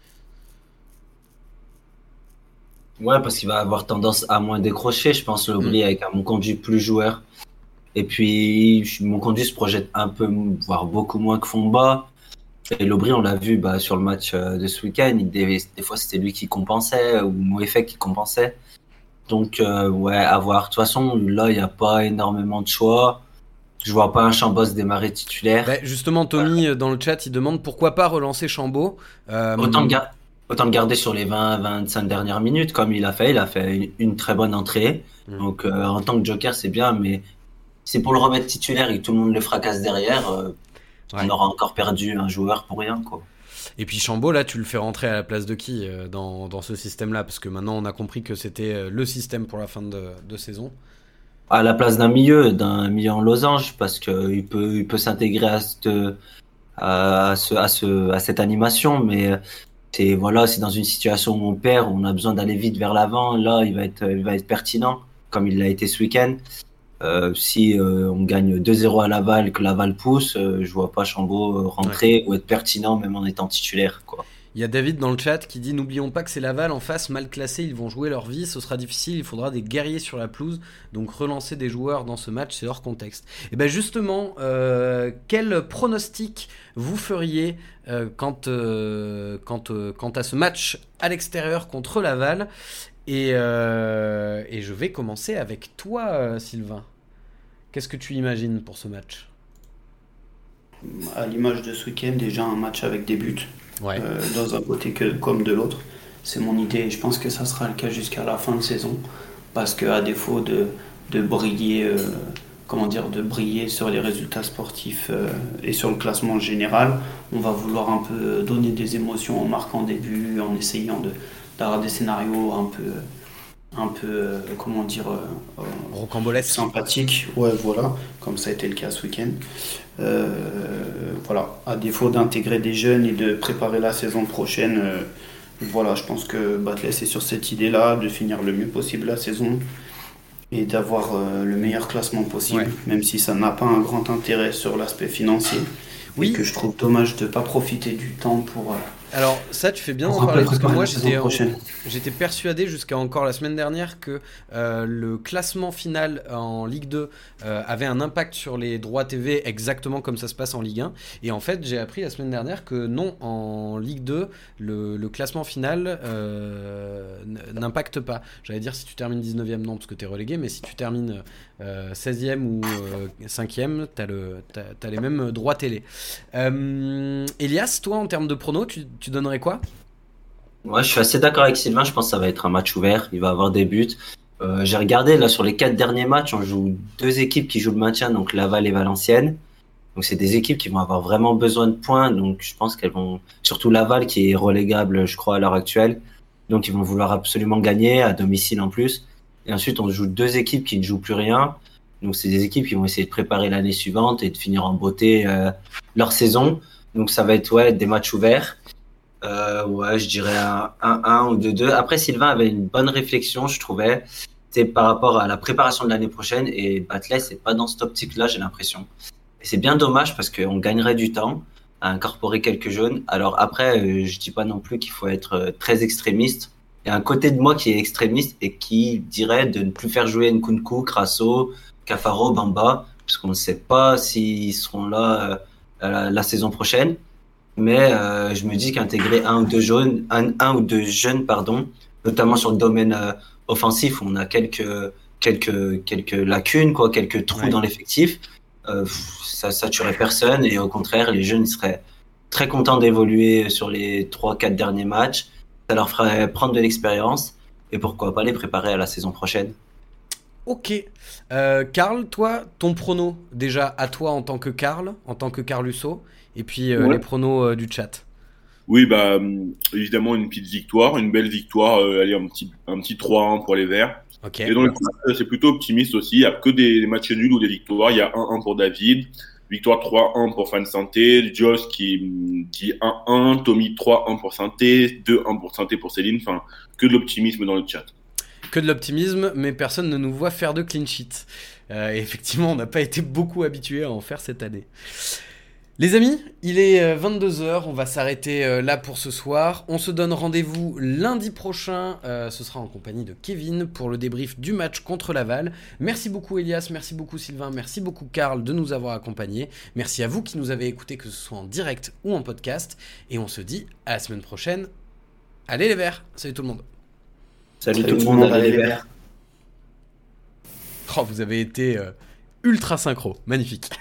Ouais, parce qu'il va avoir tendance à moins décrocher, je pense, l'Aubry, Mm. avec un Monconduit plus joueur. Et puis, je- Monconduit se projette un peu, voire beaucoup moins que Fomba. Et l'Aubry, on l'a vu bah, sur le match euh, de ce week-end, il- des, des fois c'était lui qui compensait, ou Moefek qui compensait. Donc, euh, ouais, à voir. De toute façon, là, il n'y a pas énormément de choix. Je vois pas un Chambos démarrer titulaire. Bah, justement, Tommy euh, dans le chat, il demande pourquoi pas relancer Chambaud. Euh, Autant, le gar- autant le garder sur les vingt à vingt-cinq dernières minutes, comme il a fait. Il a fait une, une très bonne entrée. Mm. Donc, euh, en tant que joker, c'est bien, mais c'est pour le remettre titulaire et que tout le monde le fracasse derrière. euh, Ouais. On aura encore perdu un joueur pour rien, quoi. Et puis Chambaud, là, tu le fais rentrer à la place de qui euh, dans, dans ce système-là? Parce que maintenant, on a compris que c'était euh, le système pour la fin de, de saison. À la place d'un milieu, d'un milieu en losange, parce que il peut, il peut s'intégrer à cette, à ce, à ce, à cette animation, mais c'est, voilà, c'est dans une situation où on perd, où on a besoin d'aller vite vers l'avant. Là, il va être, il va être pertinent, comme il l'a été ce week-end. Euh, si euh, on gagne deux zéro à Laval, que Laval pousse, euh, je vois pas Chambaud rentrer ou être pertinent, même en étant titulaire, quoi. Il y a David dans le chat qui dit « N'oublions pas que c'est Laval en face, mal classé, ils vont jouer leur vie, ce sera difficile, il faudra des guerriers sur la pelouse, donc relancer des joueurs dans ce match, c'est hors contexte. » Et bien justement, euh, quel pronostic vous feriez euh, quant, euh, quant, euh, quant à ce match à l'extérieur contre Laval? Et, euh, et je vais commencer avec toi, euh, Sylvain. Qu'est-ce que tu imagines pour ce match? À l'image de ce week-end, déjà un match avec des buts, Ouais. euh, dans un côté que, comme de l'autre. C'est mon idée et je pense que ça sera le cas jusqu'à la fin de saison. Parce qu'à défaut de, de briller, euh, comment dire, de briller sur les résultats sportifs euh, et sur le classement général, on va vouloir un peu donner des émotions en marquant des buts, en essayant de, d'avoir des scénarios un peu, un peu euh, comment dire, euh, euh, Rocambolesque. sympathique, ouais, voilà, comme ça a été le cas ce week-end. Euh, voilà, à défaut d'intégrer des jeunes et de préparer la saison prochaine, euh, voilà, je pense que Batles est sur cette idée-là, de finir le mieux possible la saison et d'avoir euh, le meilleur classement possible, Ouais. même si ça n'a pas un grand intérêt sur l'aspect financier. Oui. Et que je trouve dommage de ne pas profiter du temps pour, euh, Alors ça, tu fais bien Pour d'en un peu parler parce que préparer moi la saison j'étais, prochaine. j'étais persuadé jusqu'à encore la semaine dernière que euh, le classement final en Ligue deux euh, avait un impact sur les droits T V exactement comme ça se passe en Ligue un. Et en fait, j'ai appris la semaine dernière que non, en Ligue deux, le, le classement final euh, n'impacte pas. J'allais dire si tu termines dix-neuvième, non, parce que tu es relégué, mais si tu termines euh, seizième ou euh, cinquième, tu as les mêmes droits télé. Euh, Elias, toi, en termes de pronos, tu, tu donnerais quoi ? Moi, je suis assez d'accord avec Sylvain. Je pense que ça va être un match ouvert. Il va avoir des buts. Euh, j'ai regardé là sur les quatre derniers matchs, on joue deux équipes qui jouent le maintien, donc Laval et Valenciennes. Donc c'est des équipes qui vont avoir vraiment besoin de points. Donc je pense qu'elles vont, surtout Laval qui est relégable, je crois à l'heure actuelle. Donc ils vont vouloir absolument gagner à domicile en plus. Et ensuite on joue deux équipes qui ne jouent plus rien. Donc c'est des équipes qui vont essayer de préparer l'année suivante et de finir en beauté euh, leur saison. Donc ça va être ouais des matchs ouverts. Euh, ouais, je dirais un un un ou deux deux. Après, Sylvain avait une bonne réflexion, je trouvais. C'est par rapport à la préparation de l'année prochaine. Et Batles, c'est pas dans cette optique-là, j'ai l'impression. Et c'est bien dommage parce qu'on gagnerait du temps à incorporer quelques jeunes. Alors après, euh, je dis pas non plus qu'il faut être euh, très extrémiste. Il y a un côté de moi qui est extrémiste et qui dirait de ne plus faire jouer Nkunku, Crasso, Cafaro, Bamba, parce qu'on ne sait pas s'ils seront là euh, la, la saison prochaine. Mais euh, je me dis qu'intégrer un ou deux jeunes, un, un ou deux jeunes, pardon, notamment sur le domaine euh, offensif, où on a quelques quelques quelques lacunes, quoi, quelques trous Ouais. dans l'effectif. Euh, ça ça tuerait personne et au contraire, les jeunes seraient très contents d'évoluer sur les trois quatre derniers matchs. Ça leur ferait prendre de l'expérience et pourquoi pas les préparer à la saison prochaine. Ok. Euh, Karl, toi, ton prono, déjà à toi en tant que Karl, en tant que Carlusso, et puis euh, Ouais. les pronos euh, du chat. Oui, bah hum, évidemment une petite victoire, une belle victoire. Euh, allez, un petit un petit trois un pour les Verts. Ok. Et dans le chat, c'est plutôt optimiste aussi. Il n'y a que des, des matchs nuls ou des victoires. Il y a un un pour David, victoire trois un pour Fan Santé, Joss qui qui un un, Tommy trois un pour Santé, deux un pour Santé pour Céline. Enfin, que de l'optimisme dans le chat. Que de l'optimisme, mais personne ne nous voit faire de clean sheet. Euh, et effectivement, on n'a pas été beaucoup habitués à en faire cette année. Les amis, il est vingt-deux heures, on va s'arrêter là pour ce soir. On se donne rendez-vous lundi prochain, euh, ce sera en compagnie de Kevin pour le débrief du match contre Laval. Merci beaucoup Elias, merci beaucoup Sylvain, merci beaucoup Karl de nous avoir accompagnés. Merci à vous qui nous avez écoutés, que ce soit en direct ou en podcast. Et on se dit à la semaine prochaine. Allez les Verts, salut tout le monde. Salut, Salut tout le monde, allez les Verts. Oh, vous avez été euh, ultra synchro, magnifique.